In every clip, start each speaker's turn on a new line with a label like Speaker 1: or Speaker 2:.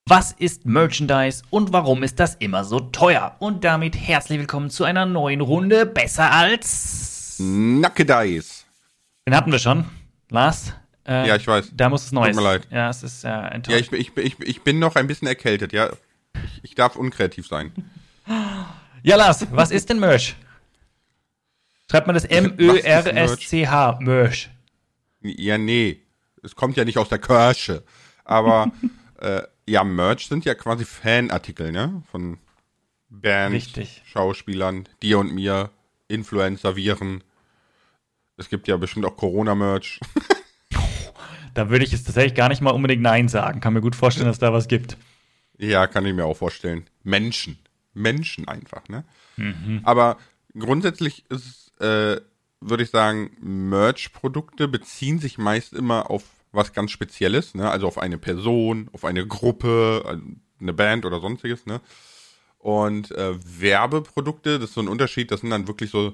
Speaker 1: Was ist Merchandise und warum ist das immer so teuer? Und damit herzlich willkommen zu einer neuen Runde Besser als
Speaker 2: Nackedeis.
Speaker 1: Den hatten wir schon, Lars.
Speaker 2: Ja, ich weiß.
Speaker 1: Da muss es Neues.
Speaker 2: Tut mir leid.
Speaker 1: Ja, es ist enttäuschend.
Speaker 2: Ja, ich bin noch ein bisschen erkältet, ja. Ich darf unkreativ sein.
Speaker 1: Ja, Lars, was ist denn Merch? Schreibt man das M-Ö-R-S-C-H, Merch.
Speaker 2: Ja, nee. Es kommt ja nicht aus der Kirche. Aber, ja, Merch sind ja quasi Fanartikel, ne? Von Bands,
Speaker 1: Richtig.
Speaker 2: Schauspielern, dir und mir, Influencer, Viren. Es gibt ja bestimmt auch Corona-Merch.
Speaker 1: Da würde ich jetzt tatsächlich gar nicht mal unbedingt Nein sagen. Kann mir gut vorstellen, dass da was gibt.
Speaker 2: Ja, kann ich mir auch vorstellen. Menschen einfach, ne?
Speaker 1: Mhm.
Speaker 2: Aber grundsätzlich ist, würde ich sagen, Merch-Produkte beziehen sich meist immer auf was ganz Spezielles, ne? Also auf eine Person, auf eine Gruppe, eine Band oder sonstiges, ne? Und Werbeprodukte, das ist so ein Unterschied, das sind dann wirklich so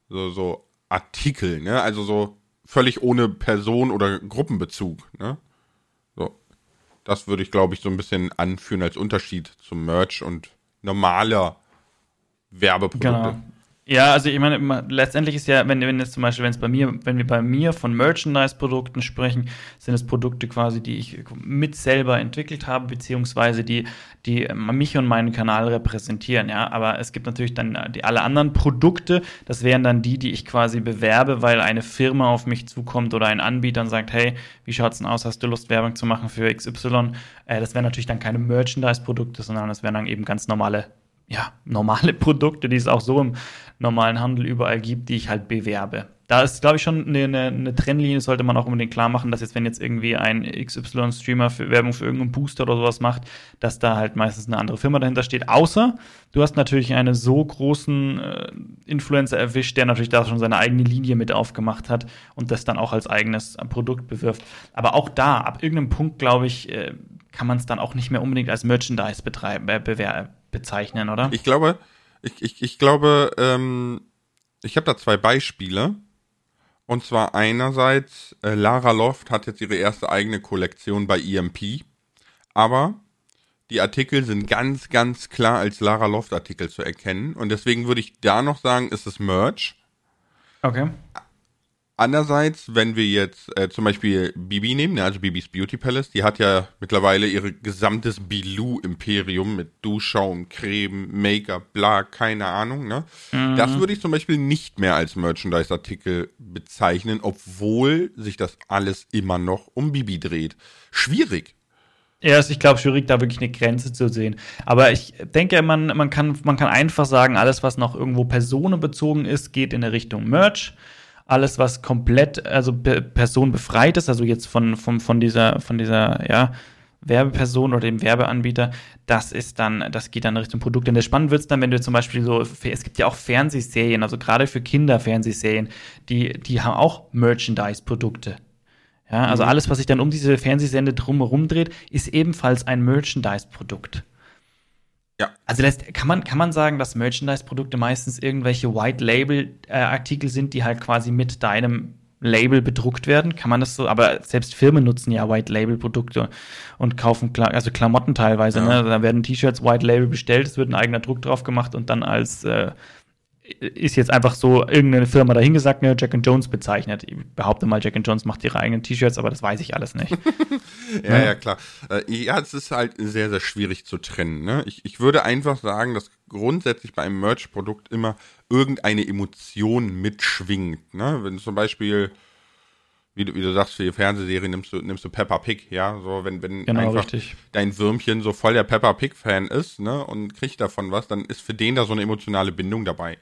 Speaker 2: Artikel, ne? Also so völlig ohne Person- oder Gruppenbezug, ne? So. Das würde ich, glaube ich, so ein bisschen anführen als Unterschied zum Merch und normaler Werbeprodukte.
Speaker 1: Genau. Ja, also ich meine, letztendlich ist ja, wenn wir bei mir von Merchandise-Produkten sprechen, sind es Produkte quasi, die ich mit selber entwickelt habe, beziehungsweise die mich und meinen Kanal repräsentieren, ja. Aber es gibt natürlich dann alle anderen Produkte, das wären dann die ich quasi bewerbe, weil eine Firma auf mich zukommt oder ein Anbieter und sagt, hey, wie schaut's denn aus, hast du Lust, Werbung zu machen für XY? Das wären natürlich dann keine Merchandise-Produkte, sondern das wären dann eben ganz normale Produkte, die es auch so im normalen Handel überall gibt, die ich halt bewerbe. Da ist, glaube ich, schon eine Trennlinie, sollte man auch unbedingt klar machen, dass jetzt, wenn jetzt irgendwie ein XY-Streamer für Werbung für irgendeinen Booster oder sowas macht, dass da halt meistens eine andere Firma dahinter steht. Außer du hast natürlich einen so großen Influencer erwischt, der natürlich da schon seine eigene Linie mit aufgemacht hat und das dann auch als eigenes Produkt bewirft. Aber auch da, ab irgendeinem Punkt, glaube ich, kann man es dann auch nicht mehr unbedingt als Merchandise bezeichnen, oder?
Speaker 2: Ich glaube, ich habe da zwei Beispiele. Und zwar einerseits, Lara Loft hat jetzt ihre erste eigene Kollektion bei EMP. Aber die Artikel sind ganz, ganz klar als Lara Loft Artikel zu erkennen. Und deswegen würde ich da noch sagen, ist es Merch.
Speaker 1: Okay.
Speaker 2: Andererseits, wenn wir jetzt zum Beispiel Bibi nehmen, also Bibis Beauty Palace, die hat ja mittlerweile ihr gesamtes Bilou-Imperium mit Duschschaum, Creme, Make-up, bla, keine Ahnung, ne? Mhm. Das würde ich zum Beispiel nicht mehr als Merchandise-Artikel bezeichnen, obwohl sich das alles immer noch um Bibi dreht. Schwierig.
Speaker 1: Ja, ich glaube, schwierig, da wirklich eine Grenze zu sehen. Aber ich denke, man kann einfach sagen, alles, was noch irgendwo personenbezogen ist, geht in der Richtung Merch. Alles, was komplett, also personenbefreit ist, also jetzt von dieser Werbeperson oder dem Werbeanbieter, das geht dann in Richtung Produkt. Und spannend wird es dann, wenn du zum Beispiel es gibt ja auch Fernsehserien, also gerade für Kinder Fernsehserien, die haben auch Merchandise-Produkte. Ja, also alles, was sich dann um diese Fernsehsende drumherum dreht, ist ebenfalls ein Merchandise-Produkt.
Speaker 2: Ja.
Speaker 1: Also kann man sagen, dass Merchandise-Produkte meistens irgendwelche White-Label-Artikel sind, die halt quasi mit deinem Label bedruckt werden? Kann man das so? Aber selbst Firmen nutzen ja White-Label-Produkte und kaufen Klamotten teilweise.
Speaker 2: Ja.
Speaker 1: Ne? Da werden T-Shirts White-Label bestellt, es wird ein eigener Druck drauf gemacht und dann als ist jetzt einfach so irgendeine Firma dahingesagt, ne, Jack & Jones bezeichnet. Ich behaupte mal, Jack & Jones macht ihre eigenen T-Shirts, aber das weiß ich alles nicht.
Speaker 2: Ja, klar. Ja, es ist halt sehr, sehr schwierig zu trennen. Ne? Ich würde einfach sagen, dass grundsätzlich bei einem Merch-Produkt immer irgendeine Emotion mitschwingt. Ne? Wenn zum Beispiel, wie du sagst, für die Fernsehserie nimmst du Peppa Pig, ja, so wenn
Speaker 1: Genau,
Speaker 2: einfach
Speaker 1: richtig.
Speaker 2: dein Würmchen so voll der Peppa Pig-Fan ist, ne, und kriegt davon was, dann ist für den da so eine emotionale Bindung dabei.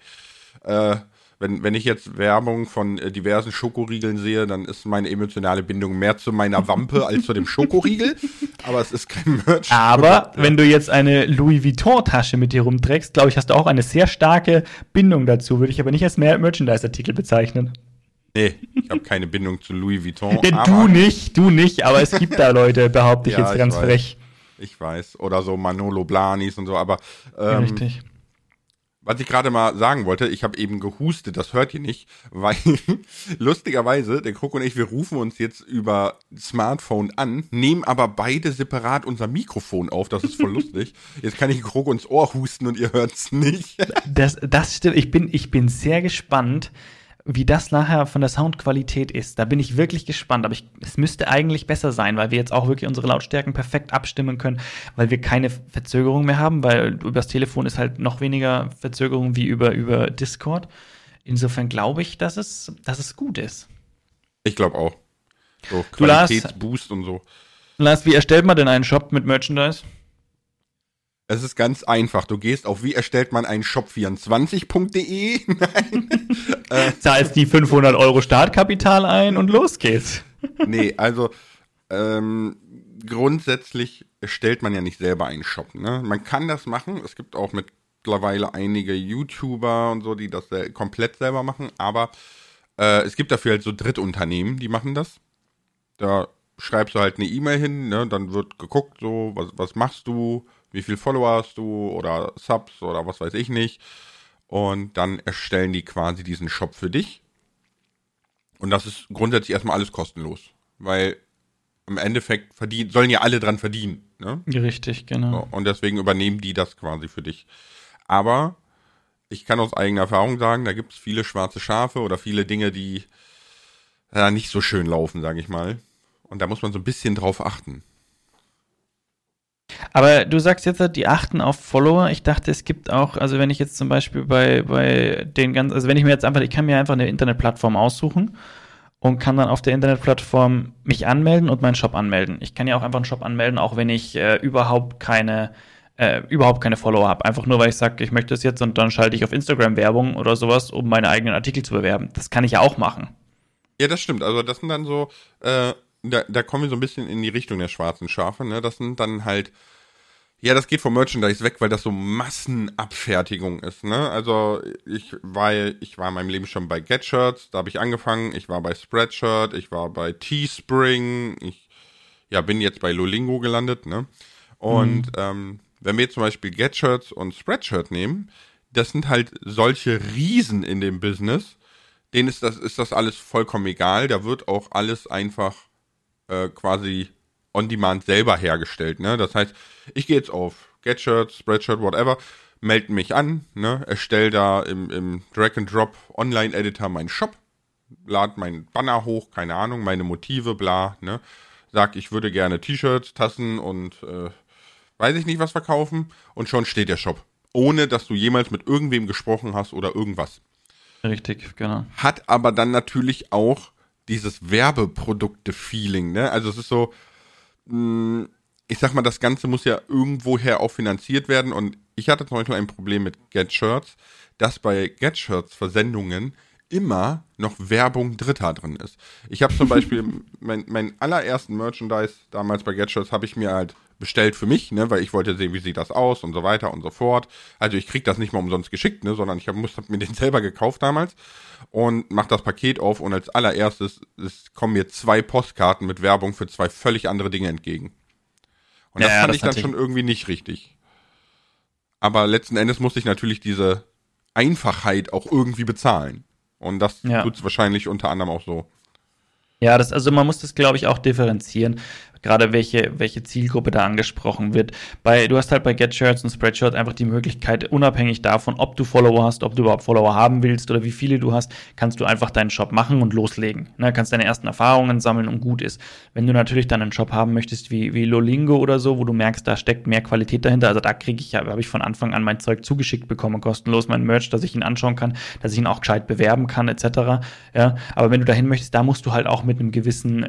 Speaker 2: Wenn ich jetzt Werbung von diversen Schokoriegeln sehe, dann ist meine emotionale Bindung mehr zu meiner Wampe als zu dem Schokoriegel, aber es ist kein Merch.
Speaker 1: Aber wenn du jetzt eine Louis Vuitton-Tasche mit dir rumträgst, glaube ich, hast du auch eine sehr starke Bindung dazu, würde ich aber nicht als Merchandise-Artikel bezeichnen.
Speaker 2: Nee, ich habe keine Bindung zu Louis Vuitton.
Speaker 1: Ja, du nicht, aber es gibt da Leute, behaupte ich
Speaker 2: Ja,
Speaker 1: jetzt ganz frech.
Speaker 2: Ich weiß, oder so Manolo Blanis und so, aber
Speaker 1: Richtig.
Speaker 2: Was ich gerade mal sagen wollte, ich habe eben gehustet, das hört ihr nicht, weil lustigerweise, der Kroko und ich, wir rufen uns jetzt über Smartphone an, nehmen aber beide separat unser Mikrofon auf, das ist voll lustig. Jetzt kann ich Kroko ins Ohr husten und ihr hört's nicht.
Speaker 1: Das stimmt. Ich bin sehr gespannt, wie das nachher von der Soundqualität ist. Da bin ich wirklich gespannt. Aber es müsste eigentlich besser sein, weil wir jetzt auch wirklich unsere Lautstärken perfekt abstimmen können, weil wir keine Verzögerung mehr haben, weil übers Telefon ist halt noch weniger Verzögerung wie über Discord. Insofern glaube ich, dass es gut ist.
Speaker 2: Ich glaube auch. So
Speaker 1: Du, Lars,
Speaker 2: Qualitätsboost und so.
Speaker 1: Lars, wie erstellt man denn einen Shop mit Merchandise?
Speaker 2: Es ist ganz einfach. Du gehst auf wie erstellt man einen Shop24.de. Nein.
Speaker 1: Zahlst die 500 € Startkapital ein und los geht's.
Speaker 2: Nee, also grundsätzlich erstellt man ja nicht selber einen Shop. Ne? Man kann das machen. Es gibt auch mittlerweile einige YouTuber und so, die das komplett selber machen. Aber es gibt dafür halt so Drittunternehmen, die machen das. Da schreibst du halt eine E-Mail hin, ne? Dann wird geguckt, so, was machst du, wie viel Follower hast du oder Subs oder was weiß ich nicht. Und dann erstellen die quasi diesen Shop für dich. Und das ist grundsätzlich erstmal alles kostenlos. Weil im Endeffekt sollen ja alle dran verdienen. Ne?
Speaker 1: Richtig, genau.
Speaker 2: So, und deswegen übernehmen die das quasi für dich. Aber ich kann aus eigener Erfahrung sagen, da gibt es viele schwarze Schafe oder viele Dinge, die nicht so schön laufen, sage ich mal. Und da muss man so ein bisschen drauf achten.
Speaker 1: Aber du sagst jetzt, die achten auf Follower. Ich dachte, es gibt auch, also wenn ich jetzt zum Beispiel bei den ganzen, also wenn ich kann mir einfach eine Internetplattform aussuchen und kann dann auf der Internetplattform mich anmelden und meinen Shop anmelden. Ich kann ja auch einfach einen Shop anmelden, auch wenn ich überhaupt keine Follower habe. Einfach nur, weil ich sage, ich möchte es jetzt und dann schalte ich auf Instagram Werbung oder sowas, um meine eigenen Artikel zu bewerben. Das kann ich ja auch machen.
Speaker 2: Ja, das stimmt. Also das sind dann so, da kommen wir so ein bisschen in die Richtung der schwarzen Schafe. Ne? Das sind dann halt, ja, das geht vom Merchandise weg, weil das so Massenabfertigung ist. Ne? Also ich war in meinem Leben schon bei Get-Shirts, da habe ich angefangen. Ich war bei Spreadshirt, ich war bei Teespring, bin jetzt bei Lolingo gelandet. Ne? Und wenn wir jetzt zum Beispiel Get-Shirts und Spreadshirt nehmen, das sind halt solche Riesen in dem Business, denen ist das alles vollkommen egal. Da wird auch alles einfach quasi on demand selber hergestellt. Ne? Das heißt, ich gehe jetzt auf Get-Shirt, Spreadshirt, whatever, melde mich an, ne? Erstelle da im Drag-and-Drop Online-Editor meinen Shop, lade meinen Banner hoch, keine Ahnung, meine Motive, bla, ne? Sag, ich würde gerne T-Shirts, Tassen und weiß ich nicht was verkaufen und schon steht der Shop. Ohne, dass du jemals mit irgendwem gesprochen hast oder irgendwas.
Speaker 1: Richtig, genau.
Speaker 2: Hat aber dann natürlich auch dieses Werbeprodukte-Feeling, ne? Also es ist so, ich sag mal, das Ganze muss ja irgendwoher auch finanziert werden und ich hatte zum Beispiel ein Problem mit Get-Shirts, dass bei Get-Shirts-Versendungen immer noch Werbung Dritter drin ist. Ich habe zum Beispiel meinen allerersten Merchandise damals bei Get-Shirts habe ich mir halt bestellt für mich, ne, weil ich wollte sehen, wie sieht das aus und so weiter und so fort. Also ich krieg das nicht mal umsonst geschickt, ne, sondern ich hab mir den selber gekauft damals und mach das Paket auf und als allererstes kommen mir 2 Postkarten mit Werbung für 2 völlig andere Dinge entgegen. Und das fand ich dann schon irgendwie nicht richtig. Aber letzten Endes musste ich natürlich diese Einfachheit auch irgendwie bezahlen. Und das tut's wahrscheinlich unter anderem auch so.
Speaker 1: Ja, also man muss das, glaube ich, auch differenzieren, gerade welche Zielgruppe da angesprochen wird. Du hast halt bei Get-Shirts und Spreadshirt einfach die Möglichkeit, unabhängig davon, ob du Follower hast, ob du überhaupt Follower haben willst oder wie viele du hast, kannst du einfach deinen Shop machen und loslegen. Ne, kannst deine ersten Erfahrungen sammeln und gut ist. Wenn du natürlich dann einen Shop haben möchtest wie Lolingo oder so, wo du merkst, da steckt mehr Qualität dahinter, also da habe ich von Anfang an mein Zeug zugeschickt bekommen, kostenlos mein Merch, dass ich ihn anschauen kann, dass ich ihn auch gescheit bewerben kann, etc. Ja, aber wenn du dahin möchtest, da musst du halt auch mit einem gewissen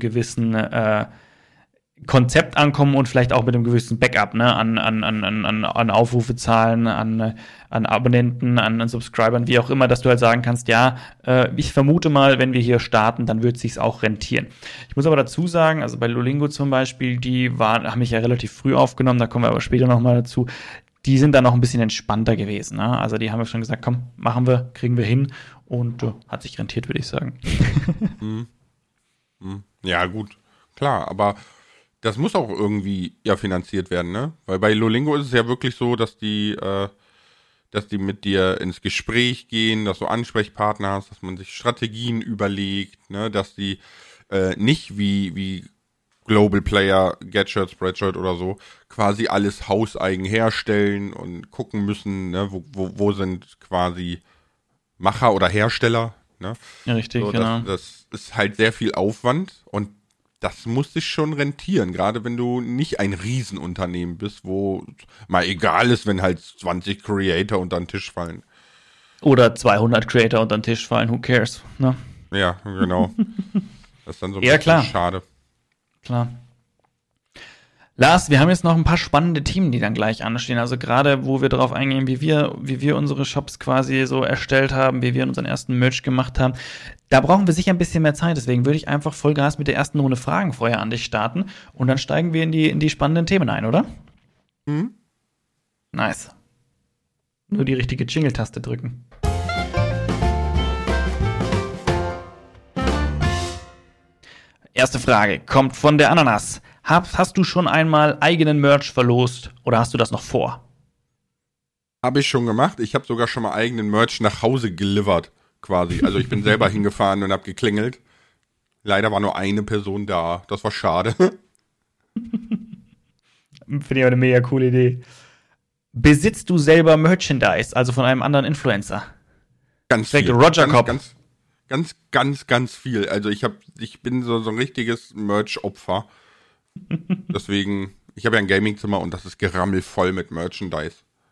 Speaker 1: Konzept ankommen und vielleicht auch mit einem gewissen Backup, ne, an Aufrufezahlen, an Abonnenten, an Subscribern, wie auch immer, dass du halt sagen kannst, ich vermute mal, wenn wir hier starten, dann wird es sich auch rentieren. Ich muss aber dazu sagen, also bei Lolingo zum Beispiel, haben mich ja relativ früh aufgenommen, da kommen wir aber später nochmal dazu, die sind dann noch ein bisschen entspannter gewesen, ne? Also die haben ja schon gesagt, komm, machen wir, kriegen wir hin und hat sich rentiert, würde ich sagen.
Speaker 2: Ja, gut, klar, aber das muss auch irgendwie finanziert werden, ne? Weil bei Lolingo ist es ja wirklich so, dass die dass die mit dir ins Gespräch gehen, dass du Ansprechpartner hast, dass man sich Strategien überlegt, ne, dass die nicht wie Global Player, Get-Shirt, Spreadshirt oder so, quasi alles hauseigen herstellen und gucken müssen, ne, wo sind quasi Macher oder Hersteller, ne?
Speaker 1: Ja, richtig,
Speaker 2: So,
Speaker 1: genau.
Speaker 2: das ist halt sehr viel Aufwand und das muss sich schon rentieren, gerade wenn du nicht ein Riesenunternehmen bist, wo mal egal ist, wenn halt 20 Creator unter den Tisch fallen.
Speaker 1: Oder 200 Creator unter den Tisch fallen, who cares, ne?
Speaker 2: Ja, genau. Das ist dann so ein
Speaker 1: Ja,
Speaker 2: bisschen
Speaker 1: klar.
Speaker 2: schade.
Speaker 1: Klar. Lars, wir haben jetzt noch ein paar spannende Themen, die dann gleich anstehen. Also gerade, wo wir darauf eingehen, wie wir unsere Shops quasi so erstellt haben, wie wir unseren ersten Merch gemacht haben. Da brauchen wir sicher ein bisschen mehr Zeit. Deswegen würde ich einfach Vollgas mit der ersten Runde Fragen vorher an dich starten. Und dann steigen wir in die spannenden Themen ein, oder?
Speaker 2: Mhm.
Speaker 1: Nice. Nur die richtige Jingle-Taste drücken. Erste Frage kommt von der Ananas. Hast du schon einmal eigenen Merch verlost oder hast du das noch vor?
Speaker 2: Habe ich schon gemacht. Ich habe sogar schon mal eigenen Merch nach Hause geliefert, quasi. Also ich bin selber hingefahren und habe geklingelt. Leider war nur eine Person da. Das war schade.
Speaker 1: Finde ich aber eine mega coole Idee. Besitzt du selber Merchandise, also von einem anderen Influencer?
Speaker 2: Ganz
Speaker 1: Direkt
Speaker 2: viel.
Speaker 1: Roger Cobb.
Speaker 2: Ganz viel. Also ich bin so ein richtiges Merch-Opfer. Deswegen, ich habe ja ein Gaming-Zimmer und das ist gerammelvoll mit Merchandise.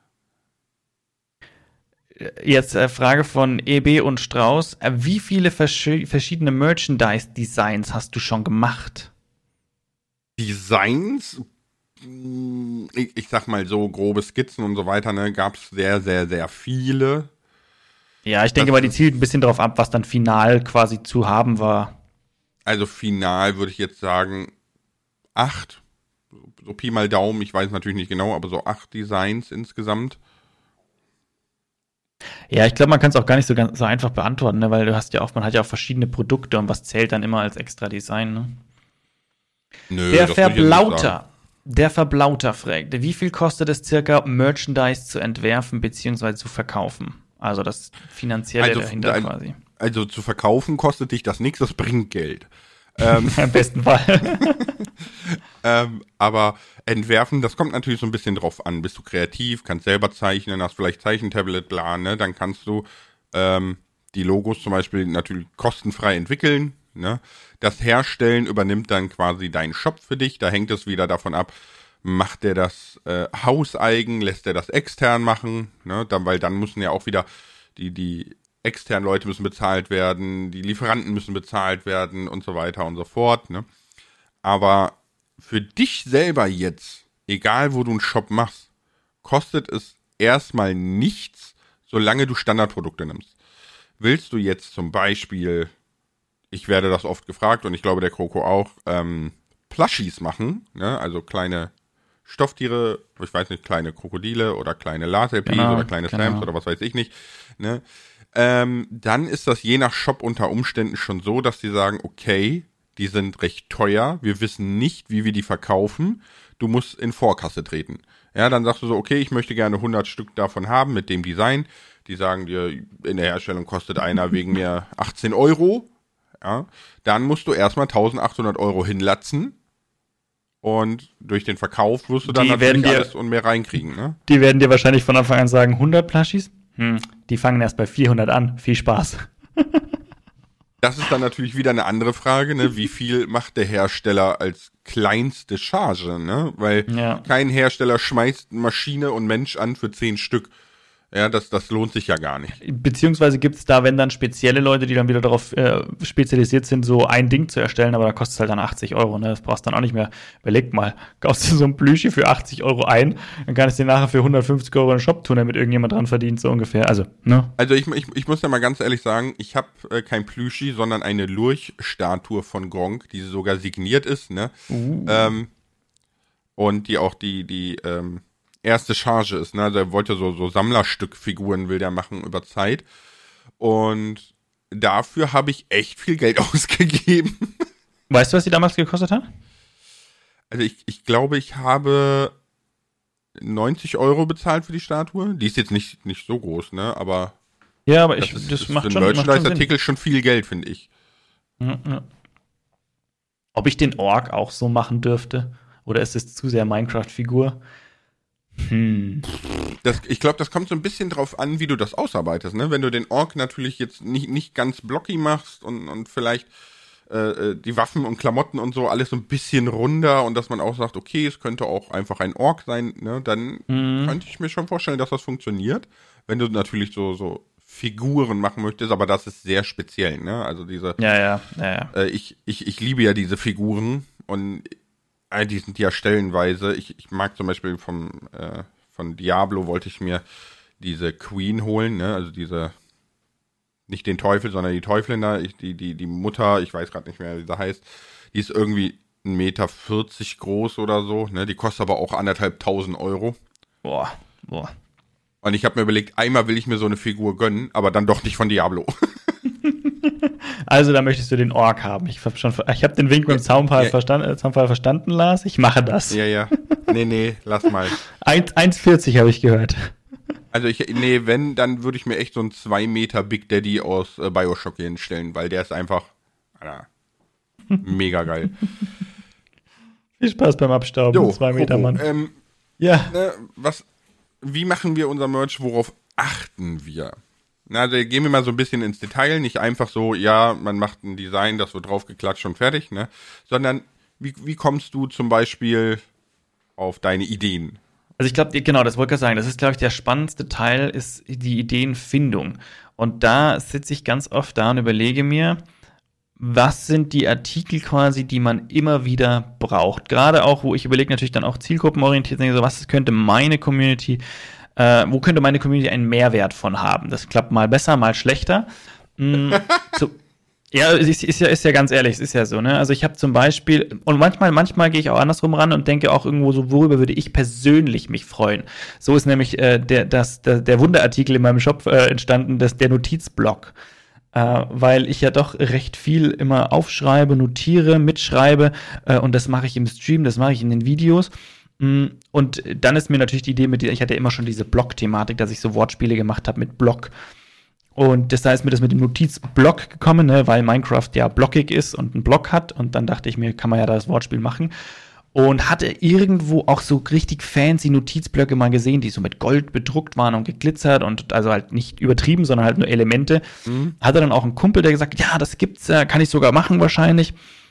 Speaker 1: Jetzt Frage von EB und Strauß. Wie viele verschiedene Merchandise-Designs hast du schon gemacht?
Speaker 2: Designs, ich sag mal so, grobe Skizzen und so weiter, ne, gab es sehr, sehr, sehr viele.
Speaker 1: Ja, ich denke mal, die zielt ein bisschen darauf ab, was dann final quasi zu haben war.
Speaker 2: Also final würde ich jetzt sagen 8. So Pi mal Daumen, ich weiß natürlich nicht genau, aber so 8 Designs insgesamt.
Speaker 1: Ja, ich glaube, man kann es auch gar nicht so einfach beantworten, ne? Weil man hat ja auch verschiedene Produkte und was zählt dann immer als extra Design, ne?
Speaker 2: Nö,
Speaker 1: Der
Speaker 2: das würde ich jetzt nicht sagen.
Speaker 1: Verblauter fragt, wie viel kostet es circa, Merchandise zu entwerfen bzw. zu verkaufen? Also das Finanzielle dahinter quasi.
Speaker 2: Also zu verkaufen kostet dich das nichts, das bringt Geld.
Speaker 1: Im besten Fall.
Speaker 2: Aber entwerfen, das kommt natürlich so ein bisschen drauf an. Bist du kreativ, kannst selber zeichnen, hast vielleicht Zeichentablet, bla, ne? Dann kannst du die Logos zum Beispiel natürlich kostenfrei entwickeln. Ne? Das Herstellen übernimmt dann quasi dein Shop für dich. Da hängt es wieder davon ab, macht der das hauseigen, lässt er das extern machen, ne? Weil dann müssen ja auch wieder die externen Leute müssen bezahlt werden, die Lieferanten müssen bezahlt werden und so weiter und so fort, ne? Aber für dich selber jetzt, egal wo du einen Shop machst, kostet es erstmal nichts, solange du Standardprodukte nimmst. Willst du jetzt zum Beispiel, ich werde das oft gefragt und ich glaube der Kroko auch, Plushies machen, ne? Also kleine Stofftiere, ich weiß nicht, kleine Krokodile oder kleine LASLPs oder kleine Slams oder was weiß ich nicht, ne? Dann ist das je nach Shop unter Umständen schon so, dass die sagen, okay, die sind recht teuer, wir wissen nicht, wie wir die verkaufen, du musst in Vorkasse treten. Ja, dann sagst du so, okay, ich möchte gerne 100 Stück davon haben mit dem Design. Die sagen dir, in der Herstellung kostet einer wegen mir 18 Euro. Ja, dann musst du erstmal 1800 Euro hinlatzen. Und durch den Verkauf wirst du dann natürlich alles und mehr reinkriegen, ne?
Speaker 1: Die werden dir wahrscheinlich von Anfang an sagen, 100 Plushies? Die fangen erst bei 400 an. Viel Spaß.
Speaker 2: Das ist dann natürlich wieder eine andere Frage, ne? Wie viel macht der Hersteller als kleinste Charge, ne? Weil kein Hersteller schmeißt Maschine und Mensch an für 10 Stück. Ja, das lohnt sich ja gar nicht.
Speaker 1: Beziehungsweise gibt es da, wenn dann spezielle Leute, die dann wieder darauf spezialisiert sind, so ein Ding zu erstellen, aber da kostet es halt dann 80 Euro, ne? Das brauchst du dann auch nicht mehr. Überleg mal, kaufst du so ein Plüschi für 80 Euro ein, dann kannst du dir nachher für 150 Euro in den Shop tun, damit irgendjemand dran verdient, so ungefähr. Also, ne?
Speaker 2: Also ich muss ja mal ganz ehrlich sagen, ich habe kein Plüschi, sondern eine Lurch-Statue von Gronkh, die sogar signiert ist, ne? Und die auch die erste Charge ist, ne? Also er wollte so Sammlerstückfiguren will der machen über Zeit. Und dafür habe ich echt viel Geld ausgegeben.
Speaker 1: Weißt du, was die damals gekostet hat?
Speaker 2: Also ich glaube, ich habe 90 € bezahlt für die Statue. Die ist jetzt nicht so groß, ne? Aber
Speaker 1: ja, aber
Speaker 2: das macht schon Sinn. Für einen Merchandise-Artikel schon viel Geld, finde ich.
Speaker 1: Ja. Ob ich den Ork auch so machen dürfte? Oder ist es zu sehr Minecraft-Figur?
Speaker 2: Ich glaube, das kommt so ein bisschen drauf an, wie du das ausarbeitest, ne? Wenn du den Ork natürlich jetzt nicht ganz blocky machst und vielleicht die Waffen und Klamotten und so alles so ein bisschen runder und dass man auch sagt, okay, es könnte auch einfach ein Ork sein, ne? Dann könnte ich mir schon vorstellen, dass das funktioniert. Wenn du natürlich so Figuren machen möchtest, aber das ist sehr speziell, ne? Also diese.
Speaker 1: Ja.
Speaker 2: Ich liebe ja diese Figuren und die sind ja stellenweise. Ich mag zum Beispiel von Diablo wollte ich mir diese Queen holen, ne? Also diese. Nicht den Teufel, sondern die Teufelin da, die Mutter, ich weiß gerade nicht mehr, wie sie heißt, die ist irgendwie 1,40 Meter groß oder so, ne? Die kostet aber auch 1.500 €.
Speaker 1: Boah.
Speaker 2: Und ich habe mir überlegt, einmal will ich mir so eine Figur gönnen, aber dann doch nicht von Diablo.
Speaker 1: Also da möchtest du den Ork haben. Ich habe den Wink mit dem Zaunpfahl verstanden, Lars. Ich mache das.
Speaker 2: Ja. Nee, lass mal.
Speaker 1: 1,40 habe ich gehört.
Speaker 2: Also wenn, dann würde ich mir echt so einen 2 Meter Big Daddy aus BioShock hinstellen, weil der ist einfach mega geil.
Speaker 1: Viel Spaß beim Abstauben, 2 Meter Mann.
Speaker 2: Ja. Ne, wie machen wir unser Merch, worauf achten wir? Na, also gehen wir mal so ein bisschen ins Detail, nicht einfach so, ja, man macht ein Design, das wird draufgeklatscht und fertig, ne? Sondern wie kommst du zum Beispiel auf deine Ideen?
Speaker 1: Also ich glaube, genau, das wollte ich sagen. Das ist, glaube ich, der spannendste Teil, ist die Ideenfindung. Und da sitze ich ganz oft da und überlege mir, was sind die Artikel quasi, die man immer wieder braucht. Gerade auch, wo ich überlege, natürlich dann auch zielgruppenorientiert, so was könnte meine Community, wo könnte meine Community einen Mehrwert von haben. Das klappt mal besser, mal schlechter. Ja, ist ja ganz ehrlich, es ist ja so, ne? Also ich habe zum Beispiel, und manchmal gehe ich auch andersrum ran und denke auch irgendwo so, worüber würde ich persönlich mich freuen. So ist nämlich der Wunderartikel in meinem Shop entstanden, der Notizblock. Weil ich ja doch recht viel immer aufschreibe, notiere, mitschreibe und das mache ich im Stream, das mache ich in den Videos. Und dann ist mir natürlich die Idee ich hatte immer schon diese Block-Thematik, dass ich so Wortspiele gemacht habe mit Block. Und das heißt mir das mit dem Notizblock gekommen, ne, weil Minecraft ja blockig ist und einen Block hat. Und dann dachte ich mir, kann man ja das Wortspiel machen. Und hatte irgendwo auch so richtig fancy Notizblöcke mal gesehen, die so mit Gold bedruckt waren und geglitzert und also halt nicht übertrieben, sondern halt nur Elemente. Hatte dann auch einen Kumpel, der gesagt, ja, das gibt's, kann ich sogar machen wahrscheinlich.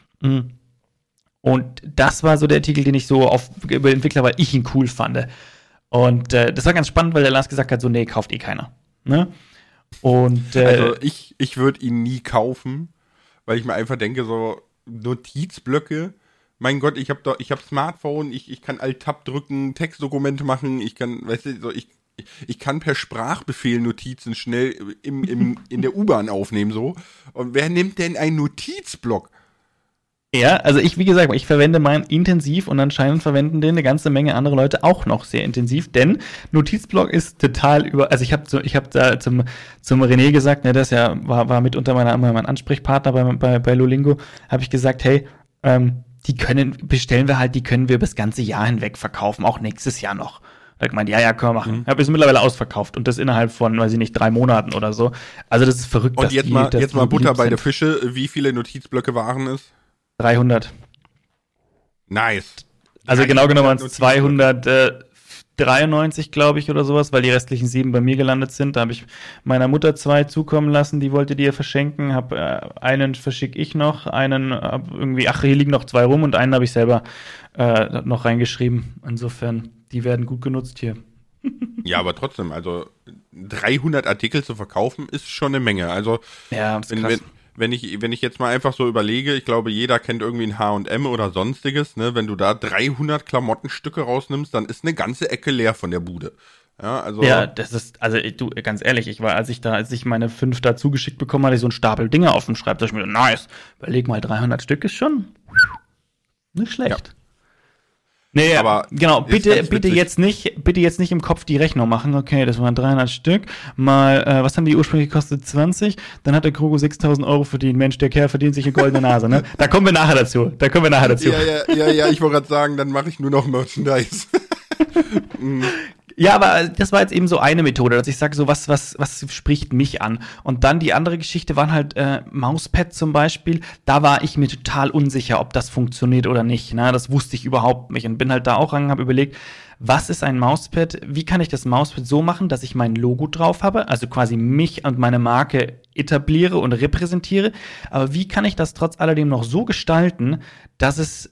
Speaker 1: Und das war so der Artikel, den ich so über Entwickler, weil ich ihn cool fand. Und das war ganz spannend, weil der Lars gesagt hat, so, nee, kauft eh keiner. Ne? Und
Speaker 2: also ich würde ihn nie kaufen, weil ich mir einfach denke, so Notizblöcke, mein Gott, ich habe Smartphone, ich kann Alt-Tab drücken, Textdokumente machen, ich kann, weißt du, so ich kann per Sprachbefehl Notizen schnell in der U-Bahn aufnehmen, so. Und wer nimmt denn einen Notizblock?
Speaker 1: Ja, also wie gesagt, ich verwende meinen intensiv und anscheinend verwenden den eine ganze Menge andere Leute auch noch sehr intensiv, denn Notizblock ist total also ich habe da zum René gesagt, ne, das ja war mitunter mein Ansprechpartner bei Lolingo, habe ich gesagt, hey, die können wir das ganze Jahr hinweg verkaufen, auch nächstes Jahr noch. Da gemeint, ja, können wir machen. Ist mittlerweile ausverkauft und das innerhalb von, weiß ich nicht, 3 Monaten oder so. Also das ist verrückt.
Speaker 2: Und jetzt mal Butter bei der Fische, wie viele Notizblöcke waren es?
Speaker 1: 300.
Speaker 2: Nice.
Speaker 1: Also genau genommen waren es 293, glaube ich, oder sowas, weil die restlichen 7 bei mir gelandet sind. Da habe ich meiner Mutter 2 zukommen lassen, die wollte die ja verschenken. Einen verschicke ich noch, einen irgendwie, hier liegen noch 2 rum und einen habe ich selber noch reingeschrieben. Insofern, die werden gut genutzt hier.
Speaker 2: Ja, aber trotzdem, also 300 Artikel zu verkaufen ist schon eine Menge. Also
Speaker 1: ja, das ist krass.
Speaker 2: Wenn ich jetzt mal einfach so überlege, ich glaube, jeder kennt irgendwie ein H&M oder sonstiges, ne? Wenn du da 300 Klamottenstücke rausnimmst, dann ist eine ganze Ecke leer von der Bude. Ja,
Speaker 1: das ist, also du, ganz ehrlich, als ich meine 5 da zugeschickt bekommen hatte, ich so einen Stapel Dinge auf dem Schreibtisch, ich mir, nice, überleg mal, 300 Stück ist schon nicht schlecht. Ja. Nee, aber genau, bitte jetzt nicht im Kopf die Rechnung machen. Okay, das waren 300 Stück. Mal, was haben die ursprünglich gekostet? 20. Dann hat der Krogo 6.000 € verdient. Mensch, der Kerl verdient sich eine goldene Nase, ne? Da kommen wir nachher dazu.
Speaker 2: Ja, ich wollte gerade sagen, dann mache ich nur noch Merchandise.
Speaker 1: Ja, aber das war jetzt eben so eine Methode, dass ich sage, so was spricht mich an. Und dann die andere Geschichte waren halt Mauspad zum Beispiel. Da war ich mir total unsicher, ob das funktioniert oder nicht. Ne? Das wusste ich überhaupt nicht und bin halt da auch rangegangen, habe überlegt, was ist ein Mauspad? Wie kann ich das Mauspad so machen, dass ich mein Logo drauf habe, also quasi mich und meine Marke etabliere und repräsentiere. Aber wie kann ich das trotz alledem noch so gestalten, dass es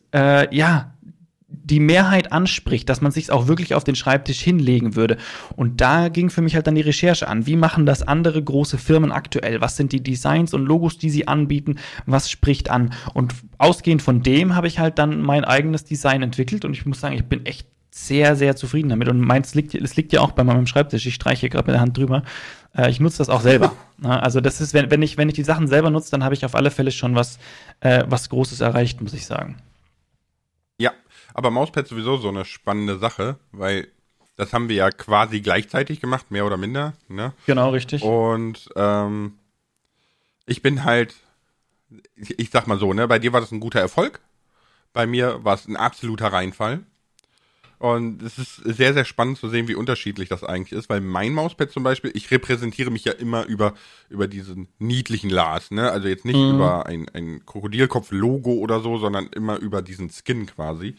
Speaker 1: die Mehrheit anspricht, dass man sich auch wirklich auf den Schreibtisch hinlegen würde. Und da ging für mich halt dann die Recherche an. Wie machen das andere große Firmen aktuell? Was sind die Designs und Logos, die sie anbieten? Was spricht an? Und ausgehend von dem habe ich halt dann mein eigenes Design entwickelt und ich muss sagen, ich bin echt sehr, sehr zufrieden damit. Und meins liegt ja auch bei meinem Schreibtisch. Ich streiche hier gerade mit der Hand drüber. Ich nutze das auch selber. Also das ist, wenn ich die Sachen selber nutze, dann habe ich auf alle Fälle schon was Großes erreicht, muss ich sagen.
Speaker 2: Ja, aber Mauspad sowieso so eine spannende Sache, weil das haben wir ja quasi gleichzeitig gemacht, mehr oder minder. Ne?
Speaker 1: Genau, richtig.
Speaker 2: Und ich bin halt, ich sag mal so, ne, bei dir war das ein guter Erfolg, bei mir war es ein absoluter Reinfall. Und es ist sehr, sehr spannend zu sehen, wie unterschiedlich das eigentlich ist, weil mein Mauspad zum Beispiel, ich repräsentiere mich ja immer über diesen niedlichen Lars, ne? Also jetzt nicht über ein Krokodilkopf-Logo oder so, sondern immer über diesen Skin quasi.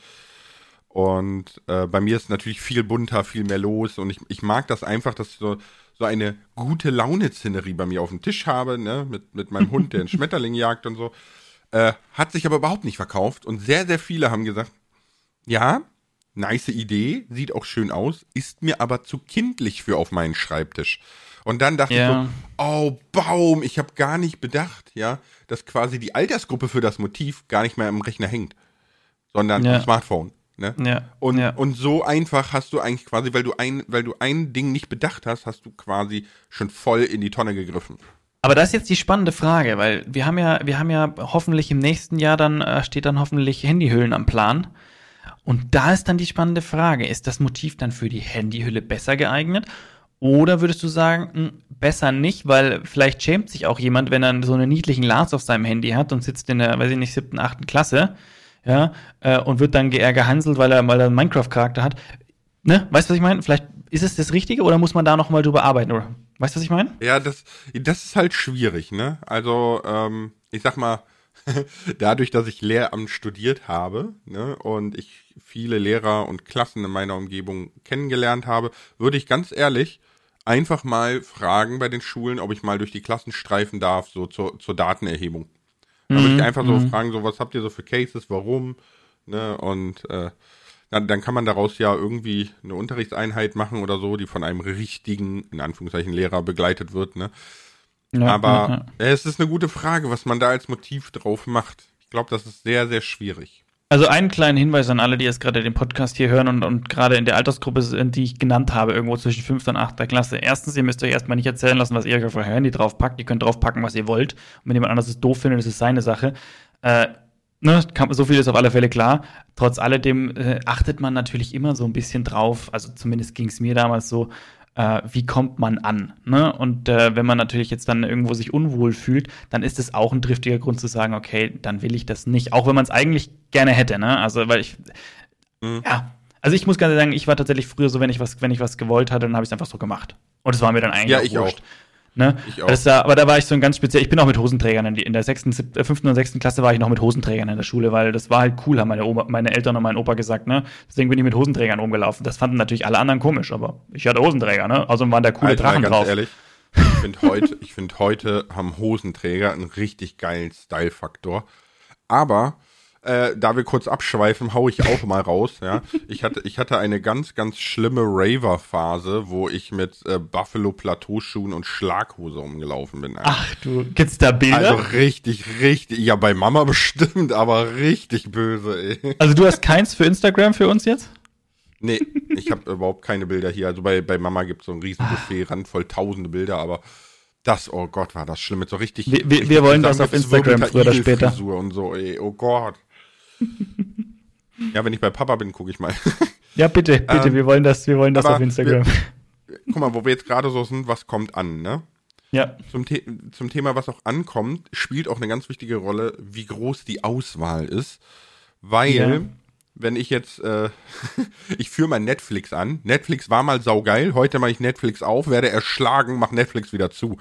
Speaker 2: Und bei mir ist natürlich viel bunter, viel mehr los und ich mag das einfach, dass ich so eine gute Laune-Szenerie bei mir auf dem Tisch habe, ne? Mit meinem Hund, der einen Schmetterling jagt und so. Hat sich aber überhaupt nicht verkauft und sehr, sehr viele haben gesagt, ja, nice Idee, sieht auch schön aus, ist mir aber zu kindlich für auf meinen Schreibtisch. Und dann dachte ich so, oh Baum, ich habe gar nicht bedacht, ja, dass quasi die Altersgruppe für das Motiv gar nicht mehr am Rechner hängt, sondern am Smartphone. Ne?
Speaker 1: Ja.
Speaker 2: Und so einfach hast du eigentlich quasi, weil du ein Ding nicht bedacht hast, hast du quasi schon voll in die Tonne gegriffen.
Speaker 1: Aber das ist jetzt die spannende Frage, weil wir haben ja hoffentlich im nächsten Jahr steht dann hoffentlich Handyhüllen am Plan. Und da ist dann die spannende Frage, ist das Motiv dann für die Handyhülle besser geeignet? Oder würdest du sagen, besser nicht, weil vielleicht schämt sich auch jemand, wenn er so einen niedlichen Lars auf seinem Handy hat und sitzt in der, weiß ich nicht, 7., 8. Klasse, ja, und wird dann eher gehänselt, weil er einen Minecraft-Charakter hat. Ne? Weißt du, was ich meine? Vielleicht ist es das Richtige oder muss man da noch mal drüber arbeiten, oder? Weißt du, was ich meine?
Speaker 2: Ja, das ist halt schwierig, ne? Also, ich sag mal, dadurch, dass ich Lehramt studiert habe, ne, und ich viele Lehrer und Klassen in meiner Umgebung kennengelernt habe, würde ich ganz ehrlich einfach mal fragen bei den Schulen, ob ich mal durch die Klassen streifen darf, so zur Datenerhebung. Da würde ich einfach so fragen, so, was habt ihr so für Cases, warum, ne, und dann kann man daraus ja irgendwie eine Unterrichtseinheit machen oder so, die von einem richtigen, in Anführungszeichen, Lehrer begleitet wird, ne. Aber es ist eine gute Frage, was man da als Motiv drauf macht. Ich glaube, das ist sehr, sehr schwierig.
Speaker 1: Also einen kleinen Hinweis an alle, die jetzt gerade den Podcast hier hören und gerade in der Altersgruppe sind, die ich genannt habe, irgendwo zwischen 5. und 8. Klasse. Erstens, ihr müsst euch erstmal nicht erzählen lassen, was ihr auf euer Handy draufpackt. Ihr könnt draufpacken, was ihr wollt. Und wenn jemand anderes es doof findet, das ist seine Sache. So viel ist auf alle Fälle klar. Trotz alledem achtet man natürlich immer so ein bisschen drauf, also zumindest ging es mir damals so, wie kommt man an, ne? Und wenn man natürlich jetzt dann irgendwo sich unwohl fühlt, dann ist es auch ein triftiger Grund zu sagen, okay, dann will ich das nicht, auch wenn man es eigentlich gerne hätte, ne? Also, weil also ich muss ganz ehrlich sagen, ich war tatsächlich früher so, wenn ich was gewollt hatte, dann habe ich es einfach so gemacht. Und es war mir dann eigentlich
Speaker 2: auch
Speaker 1: wurscht. Ne?
Speaker 2: Ich auch.
Speaker 1: Aber da war ich so ein ganz speziell, ich bin auch mit Hosenträgern in der 5. und 6. Klasse war ich noch mit Hosenträgern in der Schule, weil das war halt cool, haben meine Eltern und mein Opa gesagt, ne? Deswegen bin ich mit Hosenträgern rumgelaufen. Das fanden natürlich alle anderen komisch, aber ich hatte Hosenträger, ne? Also waren da coole Drachen
Speaker 2: ganz
Speaker 1: drauf.
Speaker 2: Ehrlich, ich finde heute haben Hosenträger einen richtig geilen Style-Faktor. Aber da wir kurz abschweifen, hau ich auch mal raus. Ja, ich hatte eine ganz, ganz schlimme Raver-Phase, wo ich mit Buffalo-Plateauschuhen und Schlaghose rumgelaufen bin.
Speaker 1: Ach du, gibt's da Bilder?
Speaker 2: Also richtig, ja bei Mama bestimmt, aber richtig böse. Ey.
Speaker 1: Also du hast keins für Instagram für uns jetzt?
Speaker 2: Nee, ich habe überhaupt keine Bilder hier. Also bei Mama gibt's so ein riesen Buffet, randvoll tausende Bilder, aber oh Gott, war das schlimm. Mit so richtig.
Speaker 1: Wir wollen das auf Instagram früher oder später.
Speaker 2: Frisur und so, ey, oh Gott. Ja, wenn ich bei Papa bin, gucke ich mal.
Speaker 1: Ja, bitte, wir wollen das auf Instagram.
Speaker 2: Guck mal, wo wir jetzt gerade so sind, was kommt an, ne?
Speaker 1: Ja.
Speaker 2: Zum Thema, was auch ankommt, spielt auch eine ganz wichtige Rolle, wie groß die Auswahl ist. Weil wenn ich jetzt, ich führe mein Netflix an. Netflix war mal saugeil, heute mache ich Netflix auf, werde erschlagen, mach Netflix wieder zu.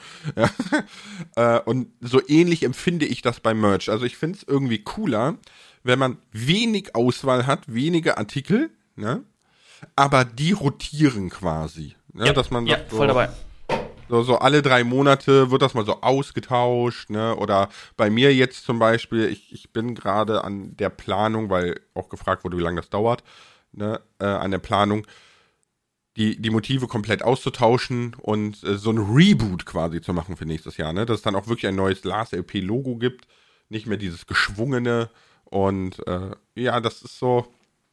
Speaker 2: Ja. Und so ähnlich empfinde ich das beim Merch. Also ich finde es irgendwie cooler, wenn man wenig Auswahl hat, wenige Artikel, ne? Aber die rotieren quasi. Ne?
Speaker 1: Ja,
Speaker 2: Dass man sagt,
Speaker 1: voll dabei.
Speaker 2: So alle 3 Monate wird das mal so ausgetauscht, ne? Oder bei mir jetzt zum Beispiel, ich bin gerade an der Planung, weil auch gefragt wurde, wie lange das dauert, ne? An der Planung, die Motive komplett auszutauschen und so ein Reboot quasi zu machen für nächstes Jahr, ne? Dass es dann auch wirklich ein neues Lars LP-Logo gibt, nicht mehr dieses geschwungene und ja, das ist so.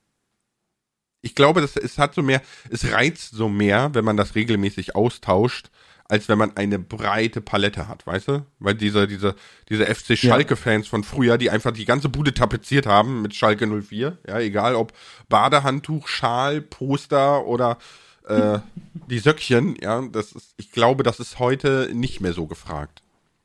Speaker 2: Ich glaube, es reizt so mehr, wenn man das regelmäßig austauscht, als wenn man eine breite Palette hat, weißt du? Weil diese FC Schalke-Fans von früher, die einfach die ganze Bude tapeziert haben mit Schalke 04, ja, egal ob Badehandtuch, Schal, Poster oder die Söckchen, ja, ich glaube, das ist heute nicht mehr so gefragt.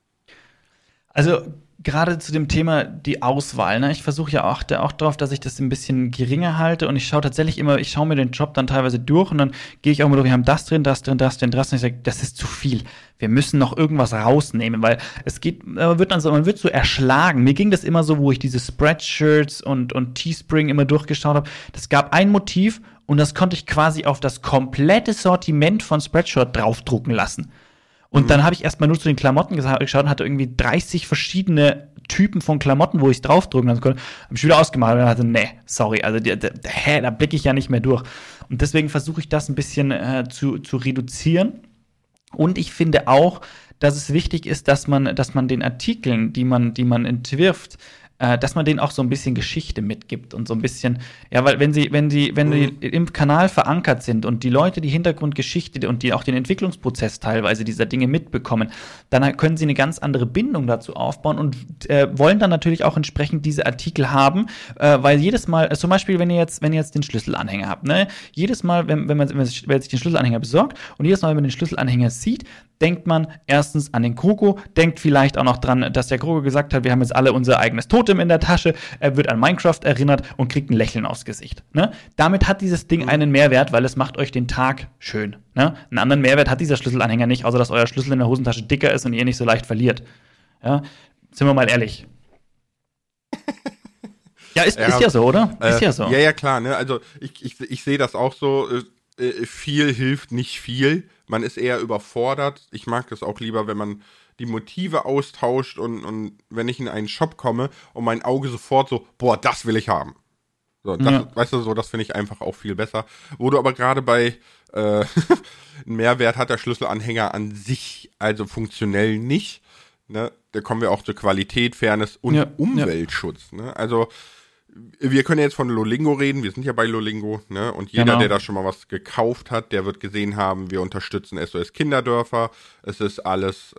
Speaker 1: Also gerade zu dem Thema die Auswahl, ne? Ich versuche ja auch darauf, dass ich das ein bisschen geringer halte und ich schaue mir den Job dann teilweise durch und dann gehe ich auch mal durch, wir haben das drin und ich sage, das ist zu viel. Wir müssen noch irgendwas rausnehmen, weil man wird so erschlagen. Mir ging das immer so, wo ich diese Spreadshirts und Teespring immer durchgeschaut habe. Das gab ein Motiv und das konnte ich quasi auf das komplette Sortiment von Spreadshirt draufdrucken lassen. Und dann habe ich erstmal nur zu den Klamotten geschaut und hatte irgendwie 30 verschiedene Typen von Klamotten, wo ich es draufdrücken konnte. Habe ich wieder ausgemacht und dachte, nee, sorry, also da blicke ich ja nicht mehr durch. Und deswegen versuche ich das ein bisschen zu reduzieren. Und ich finde auch, dass es wichtig ist, dass man den Artikeln, die man entwirft, dass man denen auch so ein bisschen Geschichte mitgibt und so ein bisschen, ja, weil wenn die im Kanal verankert sind und die Leute die Hintergrundgeschichte und die auch den Entwicklungsprozess teilweise dieser Dinge mitbekommen, dann können sie eine ganz andere Bindung dazu aufbauen und wollen dann natürlich auch entsprechend diese Artikel haben, weil jedes Mal, zum Beispiel, wenn ihr jetzt den Schlüsselanhänger habt, ne, jedes Mal, wenn sich den Schlüsselanhänger besorgt und jedes Mal, wenn man den Schlüsselanhänger sieht, denkt man erstens an den Kroko, denkt vielleicht auch noch dran, dass der Kroko gesagt hat, wir haben jetzt alle unser eigenes Totem in der Tasche, er wird an Minecraft erinnert und kriegt ein Lächeln aufs Gesicht. Ne? Damit hat dieses Ding einen Mehrwert, weil es macht euch den Tag schön. Ne? Einen anderen Mehrwert hat dieser Schlüsselanhänger nicht, außer dass euer Schlüssel in der Hosentasche dicker ist und ihr nicht so leicht verliert. Ja? Sind wir mal ehrlich. Ja, ist ja so, oder? Ist ja so.
Speaker 2: Ja, klar. Ne? Also ich sehe das auch so. Viel hilft nicht viel. Man ist eher überfordert. Ich mag das auch lieber, wenn man die Motive austauscht und wenn ich in einen Shop komme und mein Auge sofort so, boah, das will ich haben. So, weißt du, so, das finde ich einfach auch viel besser. Wo du aber gerade bei einen Mehrwert hat der Schlüsselanhänger an sich, also funktionell nicht. Ne? Da kommen wir auch zur Qualität, Fairness und Umweltschutz. Ne? Also wir können jetzt von Lolingo reden, wir sind ja bei Lolingo, ne? Und jeder, der da schon mal was gekauft hat, der wird gesehen haben, wir unterstützen SOS Kinderdörfer. Es ist alles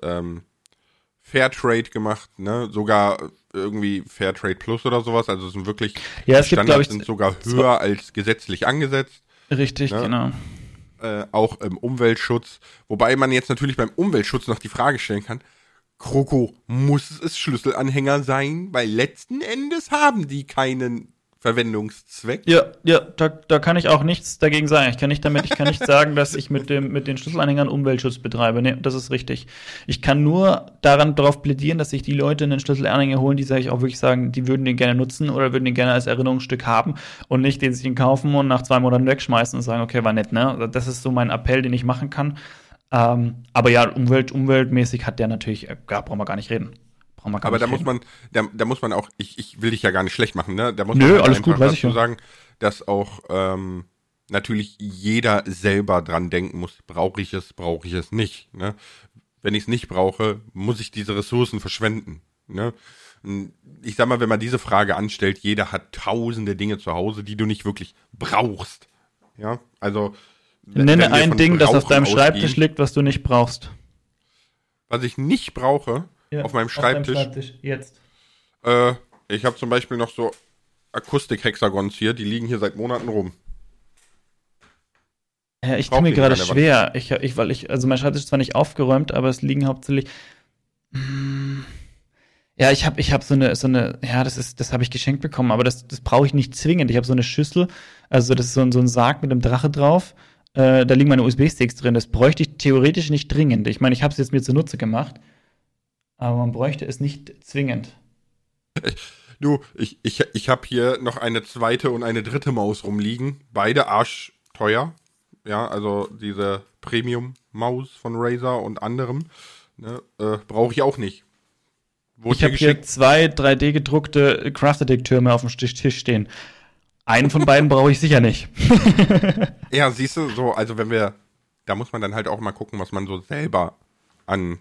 Speaker 2: Fairtrade gemacht, ne? Sogar irgendwie Fairtrade Plus oder sowas. Also es sind wirklich
Speaker 1: Standards
Speaker 2: sind sogar höher als gesetzlich angesetzt.
Speaker 1: Richtig, ne? Genau.
Speaker 2: Auch im Umweltschutz. Wobei man jetzt natürlich beim Umweltschutz noch die Frage stellen kann, Kroko, muss es Schlüsselanhänger sein? Weil letzten Endes haben die keinen Verwendungszweck.
Speaker 1: Ja, da kann ich auch nichts dagegen sagen. Ich kann nicht sagen, dass ich mit den Schlüsselanhängern Umweltschutz betreibe. Nee, das ist richtig. Ich kann nur darauf plädieren, dass sich die Leute einen Schlüsselanhänger holen, die sage ich auch wirklich sagen, die würden den gerne nutzen oder würden den gerne als Erinnerungsstück haben und nicht den sich den kaufen und nach 2 Monaten wegschmeißen und sagen, okay, war nett, ne? Das ist so mein Appell, den ich machen kann. Aber ja, umweltmäßig hat der natürlich, brauchen wir gar nicht reden.
Speaker 2: Aber da muss man auch, ich will dich ja gar nicht schlecht machen, ne? Da muss
Speaker 1: man
Speaker 2: alles
Speaker 1: gut, weiß ich
Speaker 2: dazu sagen, dass auch natürlich jeder selber dran denken muss, brauche ich es nicht, ne? Wenn ich es nicht brauche, muss ich diese Ressourcen verschwenden, ne? Ich sag mal, wenn man diese Frage anstellt, jeder hat tausende Dinge zu Hause, die du nicht wirklich brauchst, ja? Also
Speaker 1: nenne ein Ding, das auf deinem Schreibtisch liegt, was du nicht brauchst.
Speaker 2: Was ich nicht brauche, auf meinem Schreibtisch.
Speaker 1: Jetzt.
Speaker 2: Ich habe zum Beispiel noch so Akustik-Hexagons hier, die liegen hier seit Monaten rum.
Speaker 1: Ja, ich tue mir gerade schwer. Also mein Schreibtisch ist zwar nicht aufgeräumt, aber es liegen hauptsächlich. Ja, ich hab ja, das habe ich geschenkt bekommen, aber das brauche ich nicht zwingend. Ich habe so eine Schüssel, also das ist so ein Sarg mit einem Drache drauf. Da liegen meine USB-Sticks drin. Das bräuchte ich theoretisch nicht dringend. Ich meine, ich habe es jetzt mir zunutze gemacht, aber man bräuchte es nicht zwingend.
Speaker 2: Du, ich habe hier noch eine zweite und eine dritte Maus rumliegen. Beide arschteuer. Ja, also diese Premium-Maus von Razer und anderem. Ne, brauche ich auch nicht. Wurde
Speaker 1: Ich
Speaker 2: mir
Speaker 1: habe hier
Speaker 2: geschickt.
Speaker 1: 2 3D-gedruckte Crafted-Türme auf dem Tisch stehen. Einen von beiden brauche ich sicher nicht.
Speaker 2: Ja, siehst du, so, also wenn wir, da muss man dann halt auch mal gucken, was man so selber an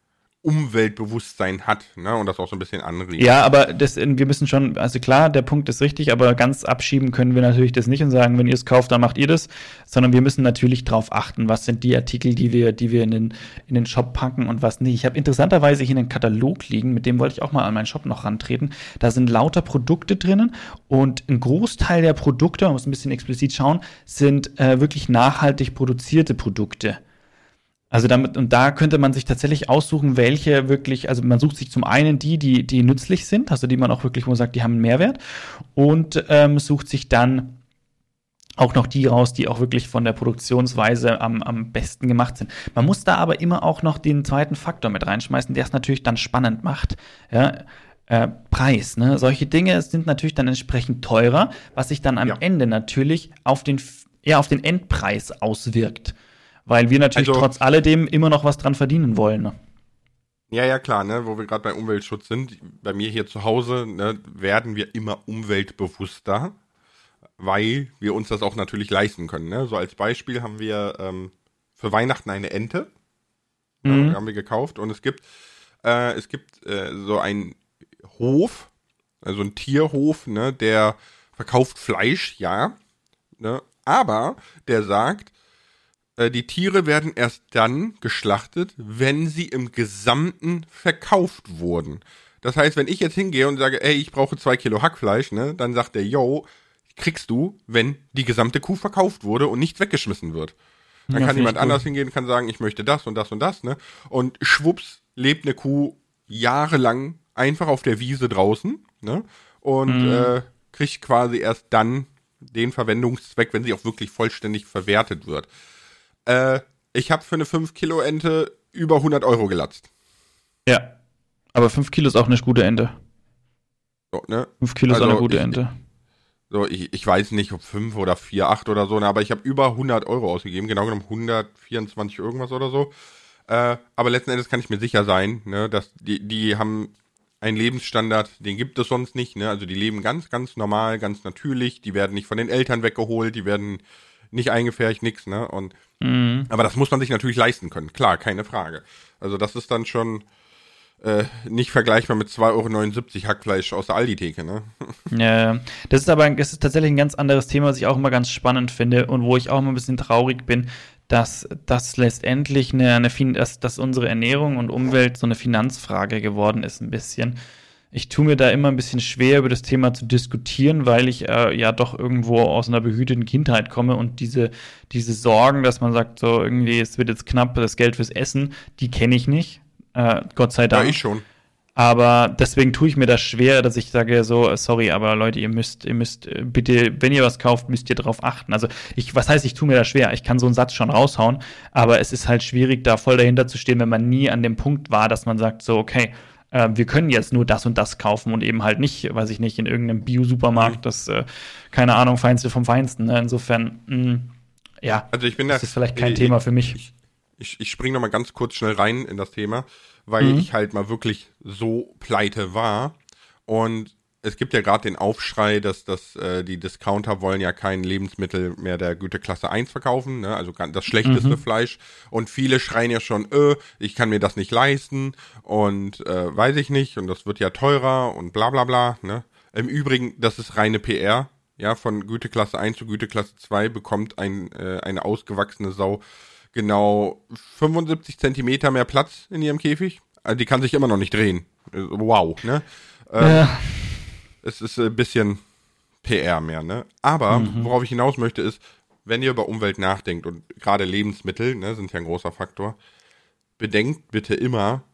Speaker 2: Umweltbewusstsein hat, ne, und das auch so ein bisschen anregt.
Speaker 1: Ja, aber wir müssen schon, also klar, der Punkt ist richtig, aber ganz abschieben können wir natürlich das nicht und sagen, wenn ihr es kauft, dann macht ihr das, sondern wir müssen natürlich darauf achten, was sind die Artikel, die wir in den Shop packen und was nicht. Ich habe interessanterweise hier einen Katalog liegen, mit dem wollte ich auch mal an meinen Shop noch rantreten. Da sind lauter Produkte drinnen und ein Großteil der Produkte, man muss ein bisschen explizit schauen, sind wirklich nachhaltig produzierte Produkte. Also und da könnte man sich tatsächlich aussuchen, welche wirklich, also man sucht sich zum einen die nützlich sind, also die man auch wirklich, wo man sagt, die haben einen Mehrwert, und sucht sich dann auch noch die raus, die auch wirklich von der Produktionsweise am besten gemacht sind. Man muss da aber immer auch noch den zweiten Faktor mit reinschmeißen, der es natürlich dann spannend macht. Ja, Preis, ne? Solche Dinge sind natürlich dann entsprechend teurer, was sich dann am
Speaker 2: Ja.
Speaker 1: Ende natürlich auf den Endpreis auswirkt. Weil wir natürlich
Speaker 2: Also,
Speaker 1: trotz alledem immer noch was dran verdienen wollen. Ne?
Speaker 2: ja, ja, klar, ne, wo wir gerade bei Umweltschutz sind, bei mir hier zu Hause, ne, werden wir immer umweltbewusster, weil wir uns das auch natürlich leisten können, ne. So als Beispiel haben wir für Weihnachten eine Ente, ne,
Speaker 1: Mhm.
Speaker 2: haben wir gekauft, und es gibt so einen Hof, also einen Tierhof, ne, der verkauft Fleisch, ja, ne, aber der sagt, die Tiere werden erst dann geschlachtet, wenn sie im Gesamten verkauft wurden. Das heißt, wenn ich jetzt hingehe und sage, ey, ich brauche 2 Kilo Hackfleisch, ne, dann sagt der, yo, kriegst du, wenn die gesamte Kuh verkauft wurde und nicht weggeschmissen wird. Dann
Speaker 1: Ja,
Speaker 2: kann
Speaker 1: finde
Speaker 2: jemand
Speaker 1: ich cool.
Speaker 2: anders hingehen und kann sagen, ich möchte das und das und das, ne? Und schwupps lebt eine Kuh jahrelang einfach auf der Wiese draußen, ne? Und
Speaker 1: Mhm.
Speaker 2: kriegt quasi erst dann den Verwendungszweck, wenn sie auch wirklich vollständig verwertet wird. Äh, Ich habe für eine 5 Kilo Ente über 100 € gelatzt.
Speaker 1: Ja. Aber 5 Kilo ist auch eine gute Ente.
Speaker 2: So, ne?
Speaker 1: 5 Kilo ist auch eine
Speaker 2: Also
Speaker 1: gute Ente.
Speaker 2: ich weiß nicht, ob 5 oder 4, 8 oder so, ne, aber ich habe über 100 € ausgegeben, genau genommen 124 irgendwas oder so. Aber letzten Endes kann ich mir sicher sein, ne, dass die haben einen Lebensstandard, den gibt es sonst nicht, ne? Also die leben ganz, ganz normal, ganz natürlich, die werden nicht von den Eltern weggeholt, die werden nicht eingefärbt, nix, ne? Und
Speaker 1: Mhm.
Speaker 2: aber das muss man sich natürlich leisten können, klar, keine Frage. Also das ist dann schon nicht vergleichbar mit 2,79 € Hackfleisch aus der Aldi-Theke, ne?
Speaker 1: Ja, das ist tatsächlich ein ganz anderes Thema, was ich auch immer ganz spannend finde und wo ich auch immer ein bisschen traurig bin, dass das letztendlich dass unsere Ernährung und Umwelt so eine Finanzfrage geworden ist, ein bisschen. Ich tue mir da immer ein bisschen schwer, über das Thema zu diskutieren, weil ich ja doch irgendwo aus einer behüteten Kindheit komme und diese Sorgen, dass man sagt, so irgendwie, es wird jetzt knapp, das Geld fürs Essen, die kenne ich nicht. Gott sei
Speaker 2: Ja, ich
Speaker 1: Dank.
Speaker 2: schon.
Speaker 1: Aber deswegen tue ich mir das schwer, dass ich sage so, sorry, aber Leute, ihr müsst bitte, wenn ihr was kauft, müsst ihr darauf achten. Also was heißt, ich tue mir das schwer? Ich kann so einen Satz schon raushauen, aber es ist halt schwierig, da voll dahinter zu stehen, wenn man nie an dem Punkt war, dass man sagt so, okay, wir können jetzt nur das und das kaufen und eben halt nicht, weiß ich nicht, in irgendeinem
Speaker 2: Mhm.
Speaker 1: Bio-Supermarkt, das, keine Ahnung, Feinste vom Feinsten. Ne? Insofern, ja,
Speaker 2: Also ich bin da,
Speaker 1: das ist vielleicht kein Thema für mich.
Speaker 2: ich springe noch mal ganz kurz schnell rein in das Thema, weil
Speaker 1: Mhm.
Speaker 2: ich halt mal wirklich so pleite war. Und es gibt ja gerade den Aufschrei, dass die Discounter wollen ja kein Lebensmittel mehr der Güteklasse 1 verkaufen, ne? Also das schlechteste
Speaker 1: Mhm.
Speaker 2: Fleisch. Und viele schreien ja schon, ich kann mir das nicht leisten und weiß ich nicht und das wird ja teurer und bla bla bla. Ne? Im Übrigen, das ist reine PR. Ja, von Güteklasse 1 zu Güteklasse 2 bekommt eine ausgewachsene Sau genau 75 Zentimeter mehr Platz in ihrem Käfig. Also die kann sich immer noch nicht drehen. Wow, ne? Ähm,
Speaker 1: Ja.
Speaker 2: Es ist ein bisschen PR mehr, ne? Aber
Speaker 1: Mhm.
Speaker 2: worauf ich hinaus möchte ist, wenn ihr über Umwelt nachdenkt und gerade Lebensmittel, ne, sind ja ein großer Faktor, bedenkt bitte immer,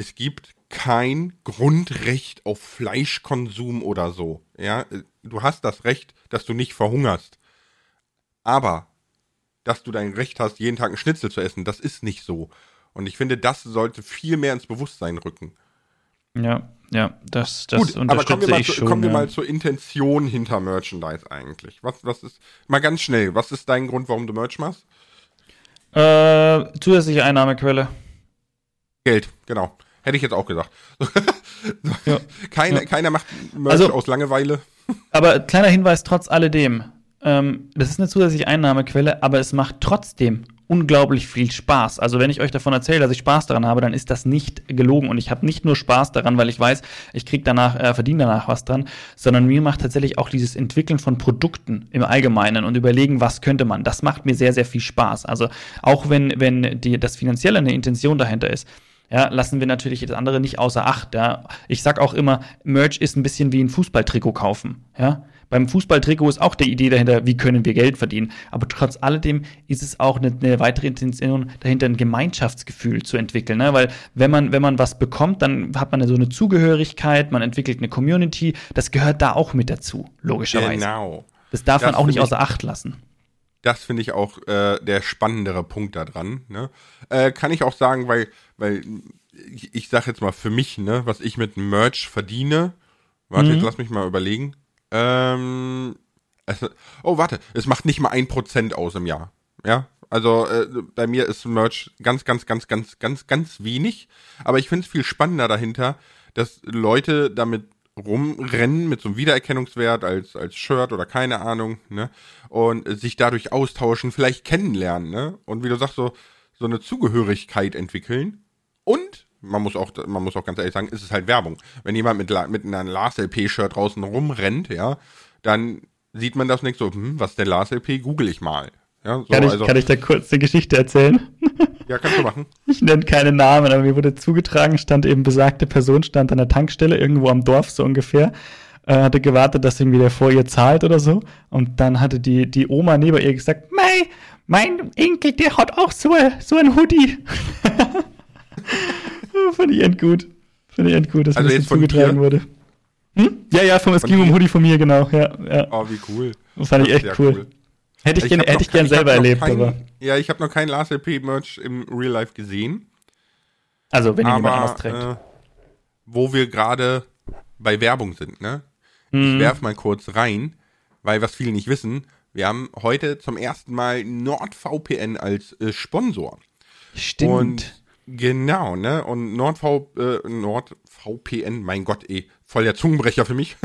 Speaker 2: es gibt kein Grundrecht auf Fleischkonsum oder so. Ja, du hast das Recht, dass du nicht verhungerst. Aber, dass du dein Recht hast, jeden Tag einen Schnitzel zu essen, das ist nicht so. Und ich finde, das sollte viel mehr ins Bewusstsein rücken.
Speaker 1: Ja, das
Speaker 2: Gut, aber kommen wir
Speaker 1: ja.
Speaker 2: mal zur Intention hinter Merchandise eigentlich. Was ist, mal ganz schnell, was ist dein Grund, warum du Merch machst?
Speaker 1: Zusätzliche Einnahmequelle.
Speaker 2: Geld, genau. Hätte ich jetzt auch gesagt.
Speaker 1: Ja.
Speaker 2: Keiner macht Merch aus Langeweile.
Speaker 1: Aber kleiner Hinweis trotz alledem. Das ist eine zusätzliche Einnahmequelle, aber es macht trotzdem unglaublich viel Spaß. Also wenn ich euch davon erzähle, dass ich Spaß daran habe, dann ist das nicht gelogen. Und ich habe nicht nur Spaß daran, weil ich weiß, ich verdiene danach was dran, sondern mir macht tatsächlich auch dieses Entwickeln von Produkten im Allgemeinen und überlegen, was könnte man. Das macht mir sehr, sehr viel Spaß. Also auch wenn das Finanzielle eine Intention dahinter ist, ja, lassen wir natürlich das andere nicht außer Acht. Ja. Ich sag auch immer, Merch ist ein bisschen wie ein Fußballtrikot kaufen. Ja. Beim Fußballtrikot ist auch die Idee dahinter, wie können wir Geld verdienen. Aber trotz alledem ist es auch eine weitere Intention dahinter, ein Gemeinschaftsgefühl zu entwickeln. Ne? Weil wenn man was bekommt, dann hat man so eine Zugehörigkeit, man entwickelt eine Community. Das gehört da auch mit dazu, logischerweise.
Speaker 2: Genau.
Speaker 1: Das darf man auch nicht außer Acht lassen.
Speaker 2: Das finde ich auch der spannendere Punkt da dran. Ne? Kann ich auch sagen, weil ich sage jetzt mal für mich, ne, was ich mit Merch verdiene. Warte, jetzt lass mich mal überlegen. Es macht nicht mal 1% aus im Jahr. Ja, also bei mir ist Merch ganz wenig. Aber ich finde es viel spannender dahinter, dass Leute damit rumrennen mit so einem Wiedererkennungswert als Shirt oder keine Ahnung, ne? Und sich dadurch austauschen, vielleicht kennenlernen, ne? Und wie du sagst, so eine Zugehörigkeit entwickeln. Und man muss auch ganz ehrlich sagen, ist es halt Werbung. Wenn jemand mit einer Lars-LP-Shirt draußen rumrennt, ja, dann sieht man das nicht so, was ist denn Lars-LP? Google ich mal. Ja, so,
Speaker 1: kann ich da kurz eine Geschichte erzählen?
Speaker 2: Ja, kannst du machen.
Speaker 1: Ich nenne keine Namen, aber mir wurde zugetragen, stand eben besagte Person, stand an der Tankstelle irgendwo am Dorf so ungefähr, hatte gewartet, dass irgendwie der vor ihr zahlt oder so. Und dann hatte die Oma neben ihr gesagt, mein Enkel, der hat auch so ein Hoodie. Fand ich endgut, dass
Speaker 2: also
Speaker 1: mir das zugetragen wurde. Ja, es ging um Hoodie von mir, genau. Ja.
Speaker 2: Oh, wie cool.
Speaker 1: Das fand ich echt cool. Hätte ich gern selber erlebt, aber.
Speaker 2: Ja, ich habe noch keinen Lars LP-Merch im Real Life gesehen.
Speaker 1: Also, wenn ihn jemand anders trägt.
Speaker 2: Wo wir gerade bei Werbung sind, ne? Ich werf mal kurz rein, weil was viele nicht wissen, wir haben heute zum ersten Mal NordVPN als Sponsor.
Speaker 1: Stimmt.
Speaker 2: Und genau, ne? Und NordVPN, mein Gott, voll der Zungenbrecher für mich.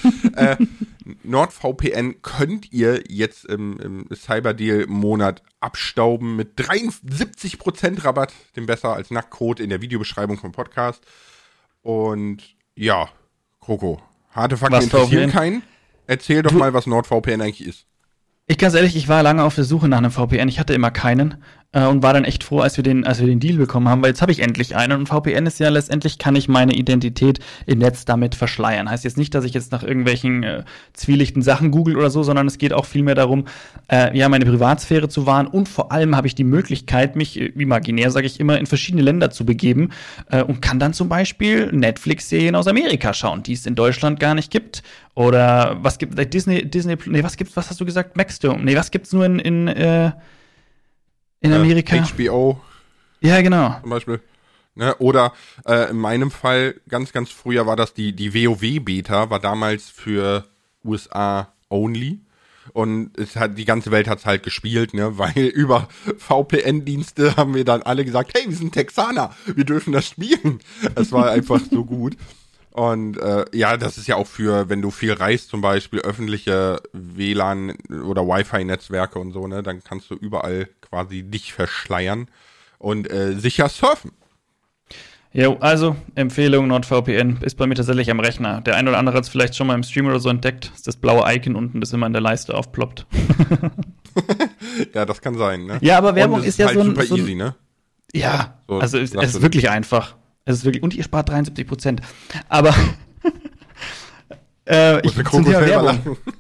Speaker 2: NordVPN könnt ihr jetzt im Cyberdeal-Monat abstauben mit 73% Rabatt, dem besser als Nacktcode in der Videobeschreibung vom Podcast. Und ja, Kroko, harte Fakten interessieren keinen. Erzähl doch mal, was NordVPN eigentlich ist.
Speaker 1: Ganz ehrlich, ich war lange auf der Suche nach einem VPN. Ich hatte immer keinen und war dann echt froh, als wir den Deal bekommen haben, weil jetzt habe ich endlich einen. Und VPN ist ja letztendlich, kann ich meine Identität im Netz damit verschleiern. Heißt jetzt nicht, dass ich jetzt nach irgendwelchen zwielichten Sachen google oder so, sondern es geht auch vielmehr darum, meine Privatsphäre zu wahren. Und vor allem habe ich die Möglichkeit, mich, imaginär sage ich immer, in verschiedene Länder zu begeben und kann dann zum Beispiel Netflix-Serien aus Amerika schauen, die es in Deutschland gar nicht gibt. Oder was gibt Disney, was hast du gesagt? Maxdome. Nee, was gibt's nur in Amerika?
Speaker 2: HBO.
Speaker 1: Ja, genau.
Speaker 2: Zum Beispiel. Ne? Oder in meinem Fall, ganz früher war das die WoW-Beta, war damals für USA only. Und die ganze Welt hat's halt gespielt, ne, weil über VPN-Dienste haben wir dann alle gesagt, hey, wir sind Texaner, wir dürfen das spielen. Es war einfach so gut. Und das ist ja auch für, wenn du viel reist, zum Beispiel öffentliche WLAN- oder Wi-Fi-Netzwerke und so, ne, dann kannst du überall quasi dich verschleiern und sicher surfen.
Speaker 1: Jo, also Empfehlung, NordVPN ist bei mir tatsächlich am Rechner. Der ein oder andere hat es vielleicht schon mal im Stream oder so entdeckt. Das ist das blaue Icon unten, das immer in der Leiste aufploppt.
Speaker 2: Ja, das kann sein, ne?
Speaker 1: Ja, aber Werbung ist ja
Speaker 2: halt super easy, ne?
Speaker 1: Ja, so, also es ist wirklich einfach. Es ist wirklich, und ihr spart 73%. Aber ich zum Thema Werbung.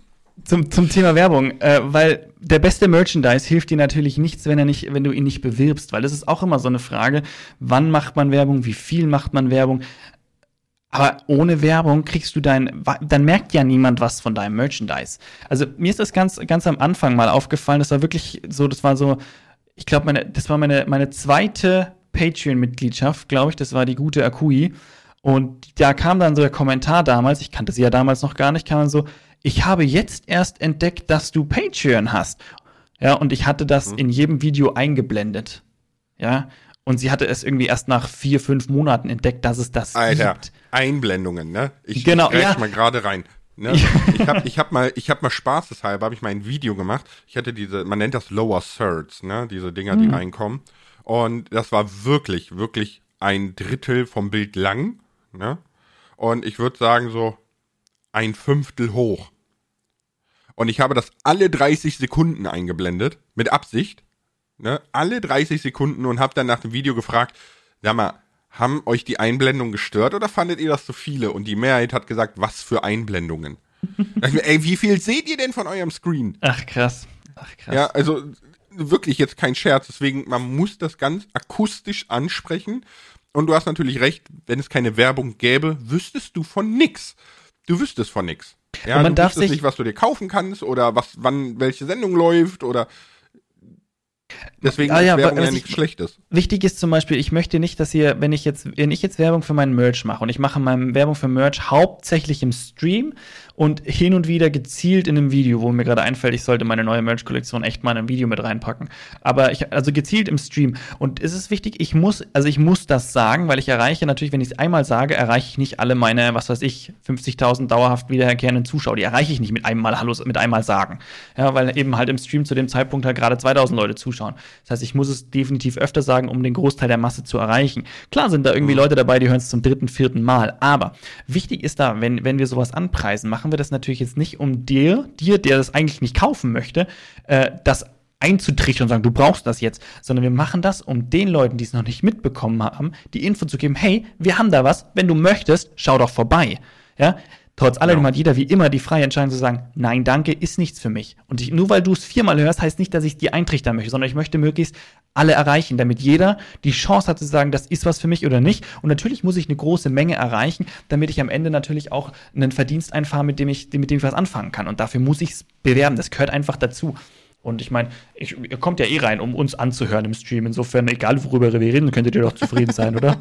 Speaker 1: Zum Thema Werbung, weil der beste Merchandise hilft dir natürlich nichts, wenn du ihn nicht bewirbst, weil das ist auch immer so eine Frage, wann macht man Werbung, wie viel macht man Werbung, aber ohne Werbung kriegst du dann merkt ja niemand was von deinem Merchandise. Also mir ist das ganz am Anfang mal aufgefallen, das war so, ich glaube, das war meine zweite Patreon-Mitgliedschaft, glaube ich, das war die gute Akui. Und da kam dann so der Kommentar damals, ich kannte sie ja damals noch gar nicht, kam dann so, ich habe jetzt erst entdeckt, dass du Patreon hast. Ja, und ich hatte das in jedem Video eingeblendet. Ja, und sie hatte es irgendwie erst nach 4-5 Monaten entdeckt, dass es das gibt.
Speaker 2: Einblendungen, ne? Ich
Speaker 1: genau,
Speaker 2: mal gerade rein. Ne? Ich hab mal spaßeshalber, habe ich mal ein Video gemacht. Ich hatte man nennt das Lower Thirds, ne? Diese Dinger, die reinkommen. Und das war wirklich, wirklich ein Drittel vom Bild lang, ne? Und ich würde sagen so 1/5 hoch. Und ich habe das alle 30 Sekunden eingeblendet, mit Absicht, ne? Alle 30 Sekunden und habe dann nach dem Video gefragt, sag mal, haben euch die Einblendungen gestört oder fandet ihr das zu viele? Und die Mehrheit hat gesagt, was für Einblendungen. Ey, wie viel seht ihr denn von eurem Screen?
Speaker 1: Ach krass.
Speaker 2: Ja, also wirklich jetzt kein Scherz. Deswegen, man muss das ganz akustisch ansprechen. Und du hast natürlich recht, wenn es keine Werbung gäbe, wüsstest du von nix. Du wüsstest von nix. Ja,
Speaker 1: man
Speaker 2: du wüsstest nicht, was du dir kaufen kannst oder wann welche Sendung läuft oder deswegen ist Werbung ja nichts Schlechtes.
Speaker 1: Wichtig ist zum Beispiel, ich möchte nicht, dass ihr, wenn ich jetzt Werbung für meinen Merch mache und ich mache meine Werbung für Merch hauptsächlich im Stream und hin und wieder gezielt in einem Video, wo mir gerade einfällt, ich sollte meine neue Merch-Kollektion echt mal in ein Video mit reinpacken. Aber also gezielt im Stream. Und es ist wichtig, ich muss das sagen, weil ich erreiche natürlich, wenn ich es einmal sage, erreiche ich nicht alle meine, 50.000 dauerhaft wiederkehrenden Zuschauer. Die erreiche ich nicht mit einmal sagen. Ja, weil eben halt im Stream zu dem Zeitpunkt halt gerade 2.000 Leute zuschauen. Das heißt, ich muss es definitiv öfter sagen, um den Großteil der Masse zu erreichen. Klar sind da irgendwie Leute dabei, die hören es zum 3., 4. Mal. Aber wichtig ist da, wenn wir sowas anpreisen, machen wir das natürlich jetzt nicht, um dir, der das eigentlich nicht kaufen möchte, das einzutrichtern und sagen, du brauchst das jetzt, sondern wir machen das, um den Leuten, die es noch nicht mitbekommen haben, die Info zu geben, hey, wir haben da was, wenn du möchtest, schau doch vorbei. Ja? Trotz alledem hat jeder wie immer die freie Entscheidung zu sagen, nein, danke, ist nichts für mich. Und nur weil du es 4-mal hörst, heißt nicht, dass ich dir eintrichtern möchte, sondern ich möchte möglichst alle erreichen, damit jeder die Chance hat zu sagen, das ist was für mich oder nicht. Und natürlich muss ich eine große Menge erreichen, damit ich am Ende natürlich auch einen Verdienst einfahre, mit dem ich was anfangen kann. Und dafür muss ich es bewerben. Das gehört einfach dazu. Und ich meine, ihr kommt ja rein, um uns anzuhören im Stream. Insofern, egal worüber wir reden, könntet ihr doch zufrieden sein, oder?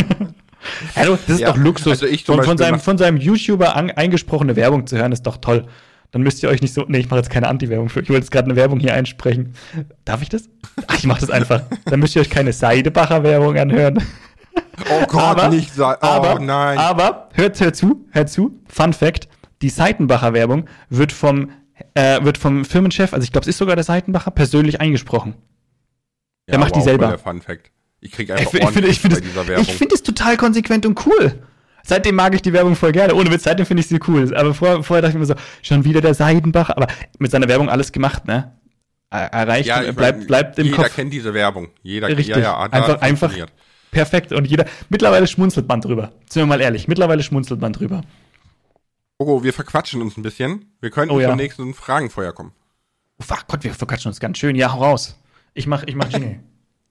Speaker 1: Hallo, das ist doch Luxus. Also von seinem YouTuber eingesprochene Werbung zu hören, ist doch toll. Dann müsst ihr euch nicht so. Nee, ich mache jetzt keine Anti-Werbung für. Ich wollte jetzt gerade eine Werbung hier einsprechen. Darf ich das? Ach, ich mache das einfach. Dann müsst ihr euch keine Seidebacher Werbung anhören.
Speaker 2: Oh Gott, nicht nein.
Speaker 1: Aber hört zu. Fun Fact: Die Seitenbacher Werbung wird vom Firmenchef, also ich glaube, es ist sogar der Seitenbacher, persönlich eingesprochen.
Speaker 2: Ja,
Speaker 1: der macht die selber.
Speaker 2: Der Fun Fact. Ich krieg einfach ordentlich bei dieser Werbung.
Speaker 1: Ich finde es total konsequent und cool. Seitdem mag ich die Werbung voll gerne. Ohne Witz, seitdem finde ich sie cool. Aber vorher dachte ich mir so, schon wieder der Seidenbacher. Aber mit seiner Werbung alles gemacht, ne? Erreicht, ja, bleibt im Kopf.
Speaker 2: Jeder kennt diese Werbung. Richtig.
Speaker 1: Ja, einfach perfekt. Und mittlerweile schmunzelt man drüber. Sind wir mal ehrlich, mittlerweile schmunzelt man drüber.
Speaker 2: Ogo, wir verquatschen uns ein bisschen. Wir könnten zum nächsten Fragenfeuer kommen.
Speaker 1: Ach Gott, wir verquatschen uns ganz schön. Ja, hau raus. Ich mach Jingle.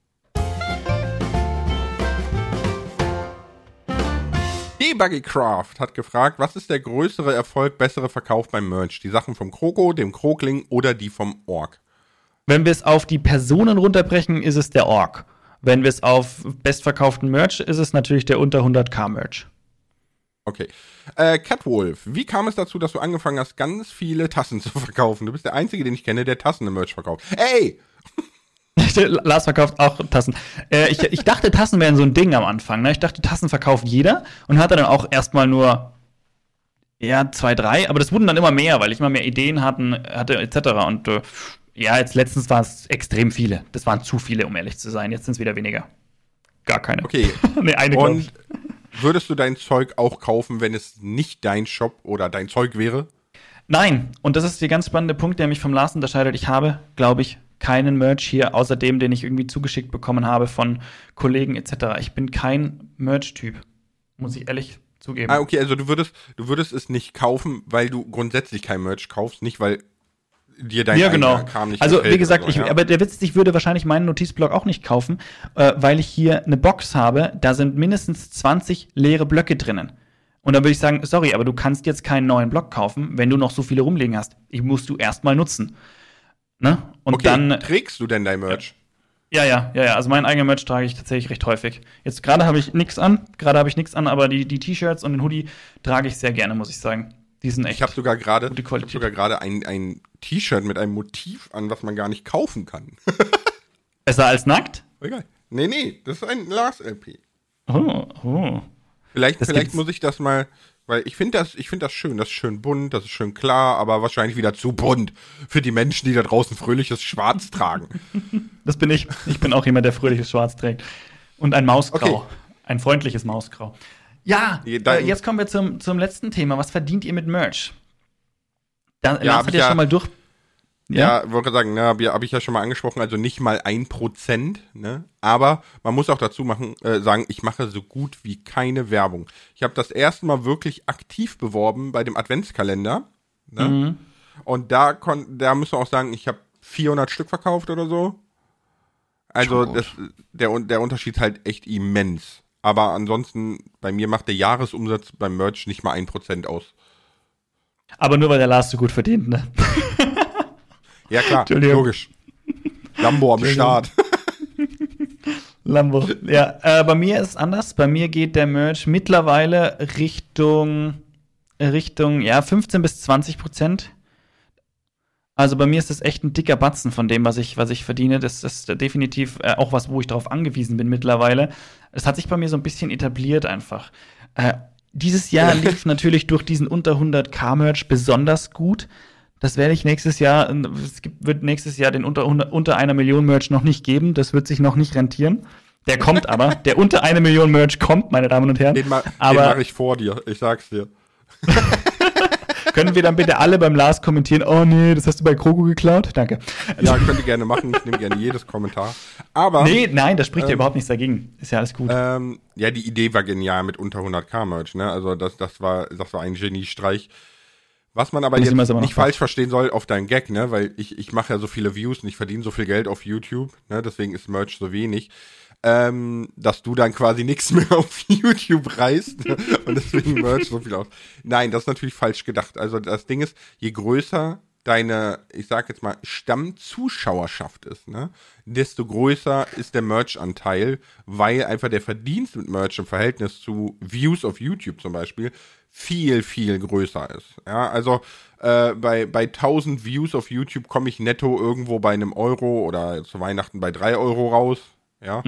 Speaker 2: Debuggycraft hat gefragt, was ist der größere Erfolg, bessere Verkauf beim Merch? Die Sachen vom Kroko, dem Krokling oder die vom Ork?
Speaker 1: Wenn wir es auf die Personen runterbrechen, ist es der Ork. Wenn wir es auf bestverkauften Merch, ist es natürlich der unter 100k Merch.
Speaker 2: Okay. Catwolf, wie kam es dazu, dass du angefangen hast, ganz viele Tassen zu verkaufen? Du bist der Einzige, den ich kenne, der Tassen im Merch verkauft. Ey!
Speaker 1: Lars verkauft auch Tassen. Ich dachte, Tassen wären so ein Ding am Anfang. Ne? Ich dachte, Tassen verkauft jeder und hatte dann auch erstmal nur 2, 3. Aber das wurden dann immer mehr, weil ich immer mehr Ideen hatte etc. Und jetzt letztens war es extrem viele. Das waren zu viele, um ehrlich zu sein. Jetzt sind es wieder weniger. Gar keine.
Speaker 2: Okay.
Speaker 1: Nee, eine,
Speaker 2: und würdest du dein Zeug auch kaufen, wenn es nicht dein Shop oder dein Zeug wäre?
Speaker 1: Nein. Und das ist der ganz spannende Punkt, der mich vom Lars unterscheidet. Ich habe, glaube ich, keinen Merch hier, außer dem, den ich irgendwie zugeschickt bekommen habe von Kollegen etc. Ich bin kein Merch-Typ, muss ich ehrlich zugeben.
Speaker 2: Ah, okay, also du würdest es nicht kaufen, weil du grundsätzlich kein Merch kaufst, nicht weil dir dein eigener Kram nicht
Speaker 1: Also
Speaker 2: gefällt
Speaker 1: wie gesagt,
Speaker 2: oder so, ja?
Speaker 1: aber der Witz ist, ich würde wahrscheinlich meinen Notizblock auch nicht kaufen, weil ich hier eine Box habe, da sind mindestens 20 leere Blöcke drinnen. Und dann würde ich sagen, sorry, aber du kannst jetzt keinen neuen Block kaufen, wenn du noch so viele rumliegen hast. Ich musst du erstmal nutzen. Ne? Und
Speaker 2: okay,
Speaker 1: dann
Speaker 2: trägst du denn dein Merch?
Speaker 1: Ja. Also meinen eigenen Merch trage ich tatsächlich recht häufig. Jetzt gerade habe ich nichts an, aber die T-Shirts und den Hoodie trage ich sehr gerne, muss ich sagen. Die sind echt.
Speaker 2: Ich habe sogar gerade
Speaker 1: gute
Speaker 2: ein T-Shirt mit einem Motiv an, was man gar nicht kaufen kann.
Speaker 1: Besser als nackt?
Speaker 2: Egal. Nee, das ist ein Lars-LP.
Speaker 1: Oh.
Speaker 2: Vielleicht muss ich das mal, weil ich finde das schön. Das ist schön bunt, das ist schön klar, aber wahrscheinlich wieder zu bunt für die Menschen, die da draußen fröhliches Schwarz tragen.
Speaker 1: Das bin ich. Ich bin auch jemand, der fröhliches Schwarz trägt. Und ein Mausgrau.
Speaker 2: Okay.
Speaker 1: Ein freundliches Mausgrau. Ja, jetzt kommen wir zum letzten Thema. Was verdient ihr mit Merch? Lars hat ja schon mal durch.
Speaker 2: Ja, wollte sagen, ne, hab ich ja schon mal angesprochen, also nicht mal 1%, ne? Aber man muss auch dazu sagen, ich mache so gut wie keine Werbung. Ich habe das erste Mal wirklich aktiv beworben bei dem Adventskalender, ne?
Speaker 1: Mhm.
Speaker 2: Und da muss man auch sagen, ich habe 400 Stück verkauft oder so. Also der Unterschied ist halt echt immens. Aber ansonsten, bei mir macht der Jahresumsatz beim Merch nicht mal 1% aus.
Speaker 1: Aber nur weil der Lars so gut verdient, ne?
Speaker 2: Ja klar, logisch. Lambo am Start.
Speaker 1: Lambo. Ja, bei mir ist es anders. Bei mir geht der Merch mittlerweile Richtung 15-20%. Also bei mir ist das echt ein dicker Batzen von dem, was ich verdiene. Das ist definitiv auch was, wo ich darauf angewiesen bin mittlerweile. Es hat sich bei mir so ein bisschen etabliert einfach. Dieses Jahr lief natürlich durch diesen unter 100k Merch besonders gut. Das werde ich wird nächstes Jahr den unter 1 Million Merch noch nicht geben. Das wird sich noch nicht rentieren. Der kommt aber. Der unter 1 Million Merch kommt, meine Damen und Herren.
Speaker 2: Den mache ich vor dir. Ich sag's dir.
Speaker 1: Können wir dann bitte alle beim Lars kommentieren? Oh nee, das hast du bei Krogo geklaut? Danke.
Speaker 2: Ja, könnt ihr gerne machen. Ich nehme gerne jedes Kommentar. Aber
Speaker 1: nein, das spricht ja überhaupt nichts dagegen. Ist ja alles gut.
Speaker 2: Ja, die Idee war genial mit unter 100k Merch, ne? Also das war ein Geniestreich. Was man aber jetzt nicht falsch verstehen soll auf deinen Gag, ne? Weil ich mache ja so viele Views und ich verdiene so viel Geld auf YouTube, ne? Deswegen ist Merch so wenig. Dass du dann quasi nichts mehr auf YouTube reißt, ne? Und deswegen Merch so viel aus. Nein, das ist natürlich falsch gedacht. Also das Ding ist, je größer deine, ich sag jetzt mal, Stammzuschauerschaft ist, ne, desto größer ist der Merch-Anteil, weil einfach der Verdienst mit Merch im Verhältnis zu Views auf YouTube zum Beispiel viel, viel größer ist. Ja, also bei 1000 Views auf YouTube komme ich netto irgendwo bei einem Euro oder zu Weihnachten bei 3 Euro raus. Ja,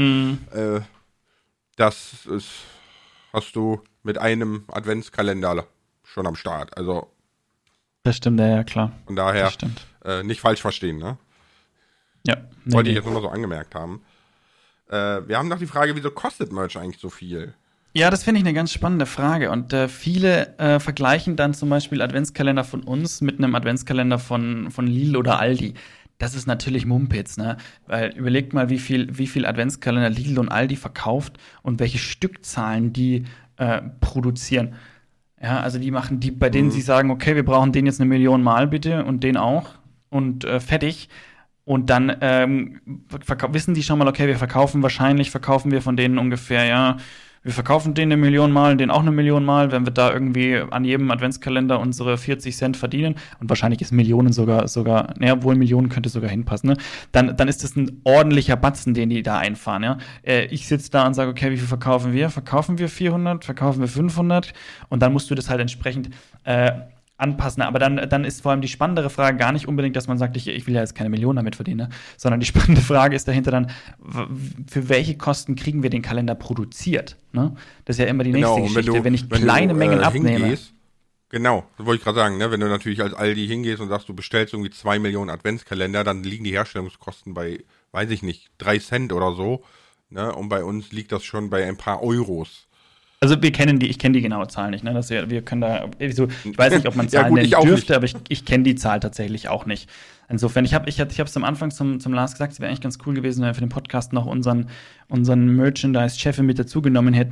Speaker 2: das hast du mit einem Adventskalender schon am Start. Also
Speaker 1: das stimmt, ja, klar.
Speaker 2: Von daher nicht falsch verstehen, ne?
Speaker 1: Ja.
Speaker 2: Wollte ich jetzt nur mal so angemerkt haben. Wir haben noch die Frage, wieso kostet Merch eigentlich so viel?
Speaker 1: Ja, das finde ich eine ganz spannende Frage. Und viele vergleichen dann zum Beispiel Adventskalender von uns mit einem Adventskalender von Lidl oder Aldi. Das ist natürlich Mumpitz, ne? Weil überlegt mal, wie viel Adventskalender Lidl und Aldi verkauft und welche Stückzahlen die produzieren. Ja, also die machen bei denen sie sagen, okay, wir brauchen den jetzt 1 Million Mal bitte und den auch und fertig. Und dann wissen die schon mal, okay, verkaufen wir von denen ungefähr, wir verkaufen den 1 Million Mal, den auch 1 Million Mal, wenn wir da irgendwie an jedem Adventskalender unsere 40 Cent verdienen, und wahrscheinlich ist Millionen sogar, obwohl Millionen könnte sogar hinpassen, ne? Dann ist das ein ordentlicher Batzen, den die da einfahren, ja. Ich sitze da und sage, okay, wie viel verkaufen wir? Verkaufen wir 400? Verkaufen wir 500? Und dann musst du das halt entsprechend anpassen. Aber dann ist vor allem die spannendere Frage gar nicht unbedingt, dass man sagt, ich will ja jetzt keine Millionen damit verdienen, ne? Sondern die spannende Frage ist dahinter dann, für welche Kosten kriegen wir den Kalender produziert? Ne? Das ist ja immer die nächste Geschichte. Wenn ich kleine Mengen abnehme.
Speaker 2: Genau, das wollte ich gerade sagen, ne? Wenn du natürlich als Aldi hingehst und sagst, du bestellst irgendwie 2 Millionen Adventskalender, dann liegen die Herstellungskosten bei, weiß ich nicht, 3 Cent oder so. Ne? Und bei uns liegt das schon bei ein paar Euros.
Speaker 1: Also ich kenne die genaue Zahl nicht, ne? Wir können da, ich weiß nicht, ob man Zahlen nennen dürfte, aber ich kenne die Zahl tatsächlich auch nicht. Insofern, ich hab's am Anfang zum Lars gesagt, es wäre eigentlich ganz cool gewesen, wenn wir für den Podcast noch unseren Merchandise-Chef mit dazugenommen hätten.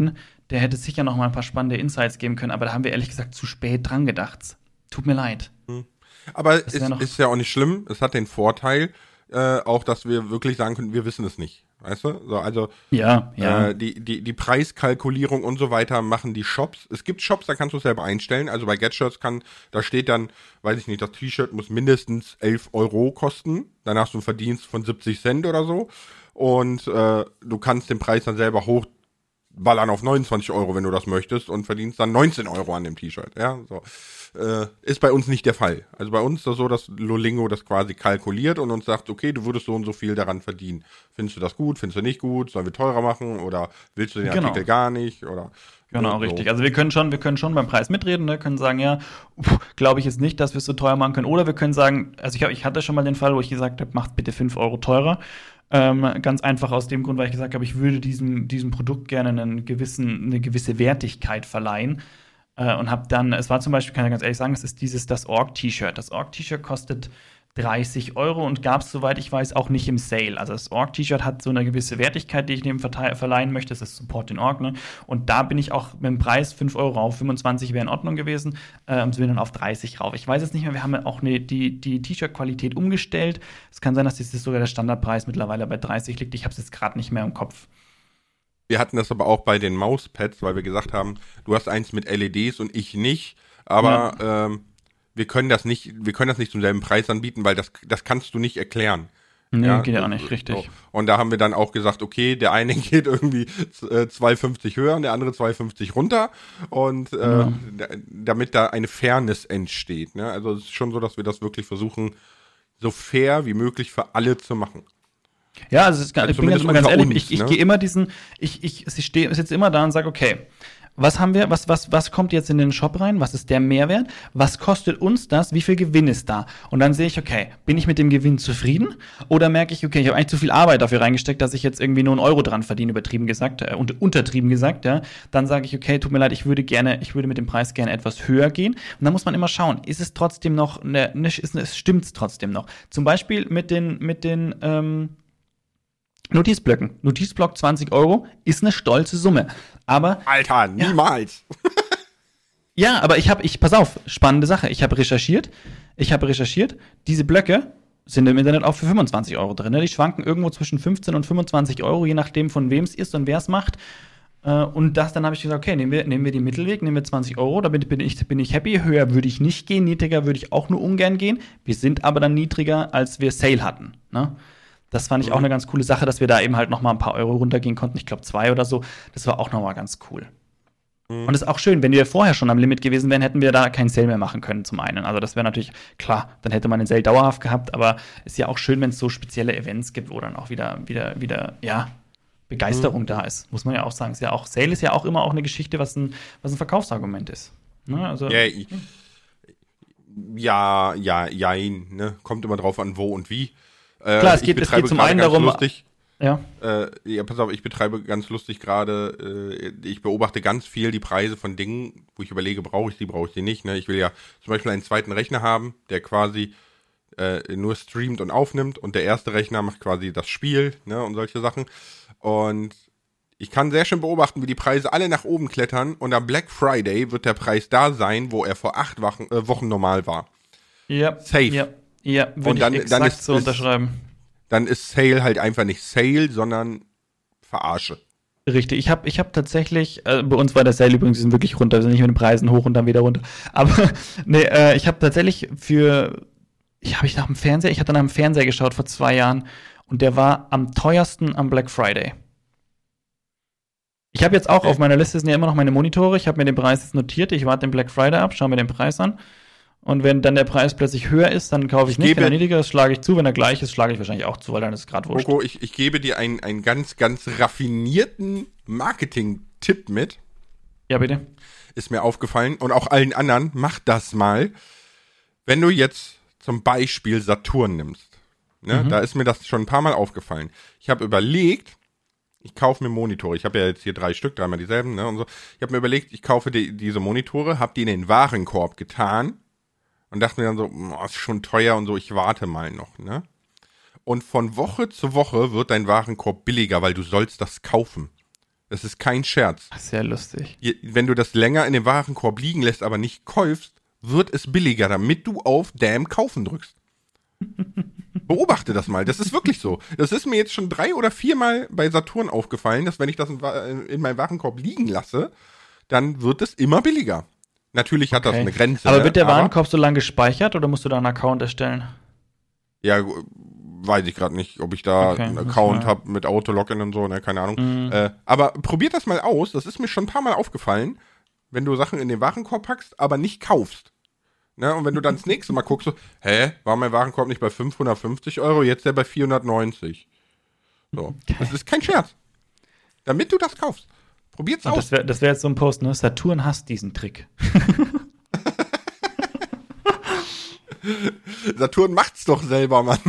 Speaker 1: der hätte sicher noch mal ein paar spannende Insights geben können, aber da haben wir ehrlich gesagt zu spät dran gedacht. Tut mir leid.
Speaker 2: Aber es ist ja auch nicht schlimm. Es hat den Vorteil, auch, dass wir wirklich sagen können, wir wissen es nicht. Weißt du? So, also
Speaker 1: Ja.
Speaker 2: die Preiskalkulierung und so weiter machen die Shops. Es gibt Shops, da kannst du es selber einstellen. Also bei GetShirts da steht dann, weiß ich nicht, das T-Shirt muss mindestens 11 Euro kosten. Dann hast du einen Verdienst von 70 Cent oder so. Und du kannst den Preis dann selber hochballern auf 29 Euro, wenn du das möchtest, und verdienst dann 19 Euro an dem T-Shirt. Ja, so. Ist bei uns nicht der Fall. Also bei uns ist das so, dass Lolingo das quasi kalkuliert und uns sagt, okay, du würdest so und so viel daran verdienen. Findest du das gut? Findest du nicht gut? Sollen wir teurer machen? Oder willst du den Artikel gar nicht? Oder
Speaker 1: genau, so. Richtig. Also wir können schon beim Preis mitreden, ne? Können sagen, ja, glaube ich jetzt nicht, dass wir es so teuer machen können. Oder wir können sagen, also ich hatte schon mal den Fall, wo ich gesagt habe, macht bitte 5 Euro teurer. Ganz einfach aus dem Grund, weil ich gesagt habe, ich würde diesem Produkt gerne eine gewisse Wertigkeit verleihen. Und habe dann, es war zum Beispiel, kann ich ganz ehrlich sagen, es ist das Org-T-Shirt. Das Org-T-Shirt kostet 30 Euro und gab es, soweit ich weiß, auch nicht im Sale. Also das Org-T-Shirt hat so eine gewisse Wertigkeit, die ich dem verleihen möchte. Das ist Support in Org, ne? Und da bin ich auch mit dem Preis 5 Euro rauf. 25 wäre in Ordnung gewesen. Und bin dann auf 30 rauf. Ich weiß jetzt nicht mehr, wir haben ja auch die T-Shirt-Qualität umgestellt. Es kann sein, dass das sogar der Standardpreis mittlerweile bei 30 liegt. Ich habe es jetzt gerade nicht mehr im Kopf.
Speaker 2: Wir hatten das aber auch bei den Mauspads, weil wir gesagt haben, du hast eins mit LEDs und ich nicht, aber wir können das nicht zum selben Preis anbieten, weil das kannst du nicht erklären.
Speaker 1: Nee, ja, geht ja auch nicht, richtig. So.
Speaker 2: Und da haben wir dann auch gesagt, okay, der eine geht irgendwie 2,50 höher und der andere 2,50 runter und damit da eine Fairness entsteht. Ne? Also es ist schon so, dass wir das wirklich versuchen, so fair wie möglich für alle zu machen.
Speaker 1: Ja, also ich bin jetzt immer ganz ehrlich, ich gehe immer ich sitze immer da und sage, okay, was haben wir, was kommt jetzt in den Shop rein, was ist der Mehrwert, was kostet uns das, wie viel Gewinn ist da? Und dann sehe ich, okay, bin ich mit dem Gewinn zufrieden oder merke ich, okay, ich habe eigentlich zu viel Arbeit dafür reingesteckt, dass ich jetzt irgendwie nur 1 Euro dran verdiene, untertrieben gesagt, ja, dann sage ich, okay, tut mir leid, ich würde mit dem Preis gerne etwas höher gehen und dann muss man immer schauen, ist es trotzdem noch, stimmt es trotzdem noch? Zum Beispiel mit den Notizblöcken. Notizblock 20 Euro ist eine stolze Summe. Aber.
Speaker 2: Alter, niemals.
Speaker 1: Ja, aber pass auf, spannende Sache. Ich habe recherchiert, diese Blöcke sind im Internet auch für 25 Euro drin. Die schwanken irgendwo zwischen 15 und 25 Euro, je nachdem von wem es ist und wer es macht. Und dann habe ich gesagt, okay, nehmen wir den Mittelweg, nehmen wir 20 Euro, damit bin ich happy. Höher würde ich nicht gehen, niedriger würde ich auch nur ungern gehen. Wir sind aber dann niedriger, als wir Sale hatten, ne? Das fand ich auch eine ganz coole Sache, dass wir da eben halt noch mal ein paar Euro runtergehen konnten. Ich glaube 2 oder so. Das war auch noch mal ganz cool. Und es ist auch schön, wenn wir vorher schon am Limit gewesen wären, hätten wir da keinen Sale mehr machen können zum einen. Also das wäre natürlich, klar, dann hätte man den Sale dauerhaft gehabt. Aber es ist ja auch schön, wenn es so spezielle Events gibt, wo dann auch wieder ja, Begeisterung da ist. Muss man ja auch sagen. Sale ist ja auch immer auch eine Geschichte, was ein Verkaufsargument ist. Ne? Also,
Speaker 2: jein, ne? Kommt immer drauf an, wo und wie.
Speaker 1: Klar, es geht zum einen darum.
Speaker 2: Lustig, pass auf, ich betreibe ganz lustig gerade, ich beobachte ganz viel die Preise von Dingen, wo ich überlege, brauche ich die nicht. Ne? Ich will ja zum Beispiel einen zweiten Rechner haben, der quasi nur streamt und aufnimmt und der erste Rechner macht quasi das Spiel, ne, und solche Sachen. Und ich kann sehr schön beobachten, wie die Preise alle nach oben klettern und am Black Friday wird der Preis da sein, wo er vor 8 Wochen normal war.
Speaker 1: Ja.
Speaker 2: Safe.
Speaker 1: Ja, würde ich exakt so unterschreiben.
Speaker 2: Dann ist Sale halt einfach nicht Sale, sondern Verarsche.
Speaker 1: Richtig, ich hab tatsächlich, bei uns war der Sale übrigens, die sind wirklich runter, wir sind nicht mit den Preisen hoch und dann wieder runter. Aber ich habe tatsächlich ich hatte nach dem Fernseher geschaut vor 2 Jahren und der war am teuersten am Black Friday. Ich habe jetzt auch auf meiner Liste sind ja immer noch meine Monitore, ich habe mir den Preis jetzt notiert, ich warte den Black Friday ab, schaue mir den Preis an. Und wenn dann der Preis plötzlich höher ist, dann kaufe ich nicht. Wenn er niedriger ist, schlage ich zu. Wenn er gleich ist, schlage ich wahrscheinlich auch zu, weil dann ist es gerade wurscht.
Speaker 2: Coco, ich gebe dir einen ganz, ganz raffinierten Marketing-Tipp mit.
Speaker 1: Ja, bitte.
Speaker 2: Ist mir aufgefallen. Und auch allen anderen, mach das mal. Wenn du jetzt zum Beispiel Saturn nimmst, ne, da ist mir das schon ein paar Mal aufgefallen. Ich habe überlegt, ich kaufe mir Monitore. Ich habe ja jetzt hier 3 Stück, 3-mal dieselben, ne, und so. Ich habe mir überlegt, ich kaufe diese Monitore, habe die in den Warenkorb getan. Und dachte mir dann so, ist schon teuer und so, ich warte mal noch, ne? Und von Woche zu Woche wird dein Warenkorb billiger, weil du sollst das kaufen. Das ist kein Scherz.
Speaker 1: Sehr lustig.
Speaker 2: Wenn du das länger in dem Warenkorb liegen lässt, aber nicht kaufst, wird es billiger, damit du auf Damn kaufen drückst. Beobachte das mal, das ist wirklich so. Das ist mir jetzt schon 3 oder 4 Mal bei Saturn aufgefallen, dass wenn ich das in meinem Warenkorb liegen lasse, dann wird es immer billiger. Natürlich hat das eine Grenze.
Speaker 1: Aber wird der Warenkorb so lange gespeichert oder musst du da einen Account erstellen?
Speaker 2: Ja, weiß ich gerade nicht, ob ich da einen Account habe mit Auto-Login und so, ne, keine Ahnung. Aber probiert das mal aus, das ist mir schon ein paar Mal aufgefallen, wenn du Sachen in den Warenkorb packst, aber nicht kaufst. Ne, und wenn du dann das nächste Mal guckst, so, war mein Warenkorb nicht bei 550 Euro, jetzt der bei 490. So, das ist kein Scherz. Damit du das kaufst. Probiert's aus.
Speaker 1: Das wär jetzt so ein Post, ne? Saturn hasst diesen Trick.
Speaker 2: Saturn macht's doch selber, Mann.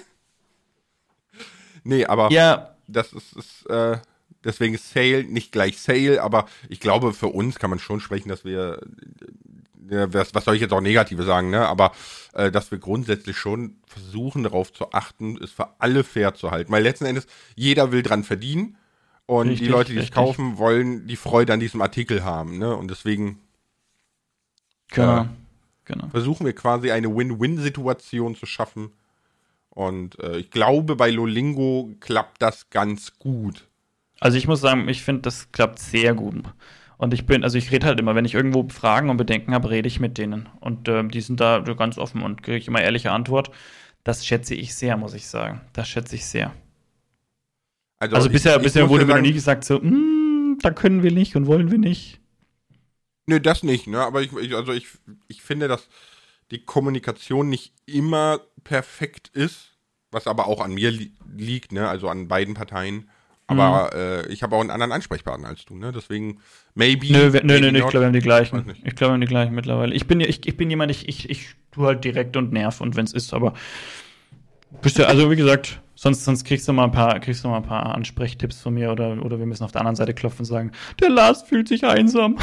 Speaker 2: Nee, aber das ist deswegen ist Sale nicht gleich Sale, aber ich glaube, für uns kann man schon sprechen, dass wir, was soll ich jetzt auch Negatives sagen, ne? Aber dass wir grundsätzlich schon versuchen, darauf zu achten, es für alle fair zu halten. Weil letzten Endes, jeder will dran verdienen und die Leute, die es kaufen, wollen die Freude an diesem Artikel haben, ne? Und deswegen
Speaker 1: genau.
Speaker 2: versuchen wir quasi eine Win-Win-Situation zu schaffen. Und ich glaube, bei Lolingo klappt das ganz gut.
Speaker 1: Also ich muss sagen, ich finde, das klappt sehr gut. Und ich rede halt immer, wenn ich irgendwo Fragen und Bedenken habe, rede ich mit denen. Und die sind da ganz offen und kriege ich immer ehrliche Antwort. Das schätze ich sehr, muss ich sagen. Das schätze ich sehr. Also bisher wurde mir noch nie gesagt, so, da können wir nicht und wollen wir nicht.
Speaker 2: Nö, das nicht, ne? Aber ich finde, dass die Kommunikation nicht immer perfekt ist, was aber auch an mir liegt, ne? Also an beiden Parteien. Aber ich habe auch einen anderen Ansprechpartner als du, ne? Deswegen, maybe.
Speaker 1: Nö, ich glaube, wir haben die gleichen. Ich glaube, wir haben die gleichen mittlerweile. Ich bin jemand, ich tue halt direkt und nerv und wenn es ist, aber also wie gesagt, sonst kriegst du mal ein paar Ansprechtipps von mir oder wir müssen auf der anderen Seite klopfen und sagen, der Lars fühlt sich einsam.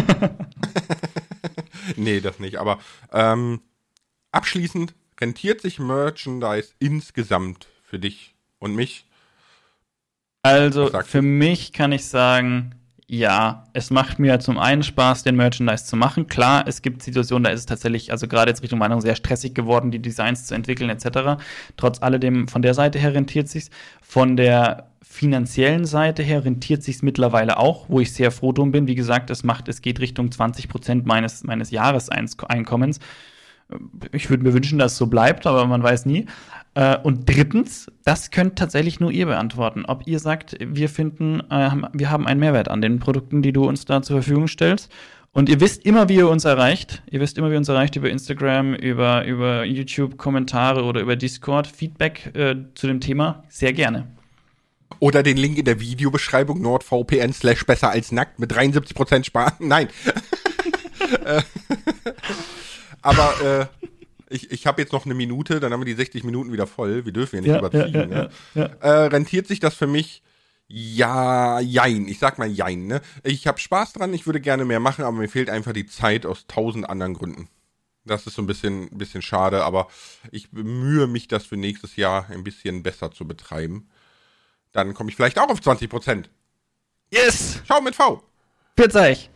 Speaker 2: Nee, das nicht. Aber abschließend rentiert sich Merchandise insgesamt für dich und mich?
Speaker 1: Also für mich kann ich sagen, ja, es macht mir zum einen Spaß, den Merchandise zu machen. Klar, es gibt Situationen, da ist es tatsächlich, also gerade jetzt Richtung Meinung, sehr stressig geworden, die Designs zu entwickeln etc. Trotz alledem, von der Seite her rentiert sich's. Von der finanziellen Seite her rentiert sich's mittlerweile auch, wo ich sehr froh drum bin. Wie gesagt, es geht Richtung 20% meines Jahreseinkommens. Ich würde mir wünschen, dass es so bleibt, aber man weiß nie. Und drittens, das könnt tatsächlich nur ihr beantworten. Ob ihr sagt, wir finden, wir haben einen Mehrwert an den Produkten, die du uns da zur Verfügung stellst. Und ihr wisst immer, wie ihr uns erreicht. Ihr wisst immer, wie ihr uns erreicht über Instagram, über YouTube, Kommentare oder über Discord. Feedback zu dem Thema sehr gerne.
Speaker 2: Oder den Link in der Videobeschreibung, NordVPN/besser als nackt mit 73% sparen. Nein. Aber ich habe jetzt noch eine Minute, dann haben wir die 60 Minuten wieder voll. Wir dürfen ja nicht überziehen. Rentiert sich das für mich? Ja, jein. Ich sag mal jein. Ne? Ich habe Spaß dran, ich würde gerne mehr machen, aber mir fehlt einfach die Zeit aus 1000 anderen Gründen. Das ist so ein bisschen schade, aber ich bemühe mich, das für nächstes Jahr ein bisschen besser zu betreiben. Dann komme ich vielleicht auch auf 20%.
Speaker 1: Yes!
Speaker 2: Ciao mit V.
Speaker 1: Pfiat euch.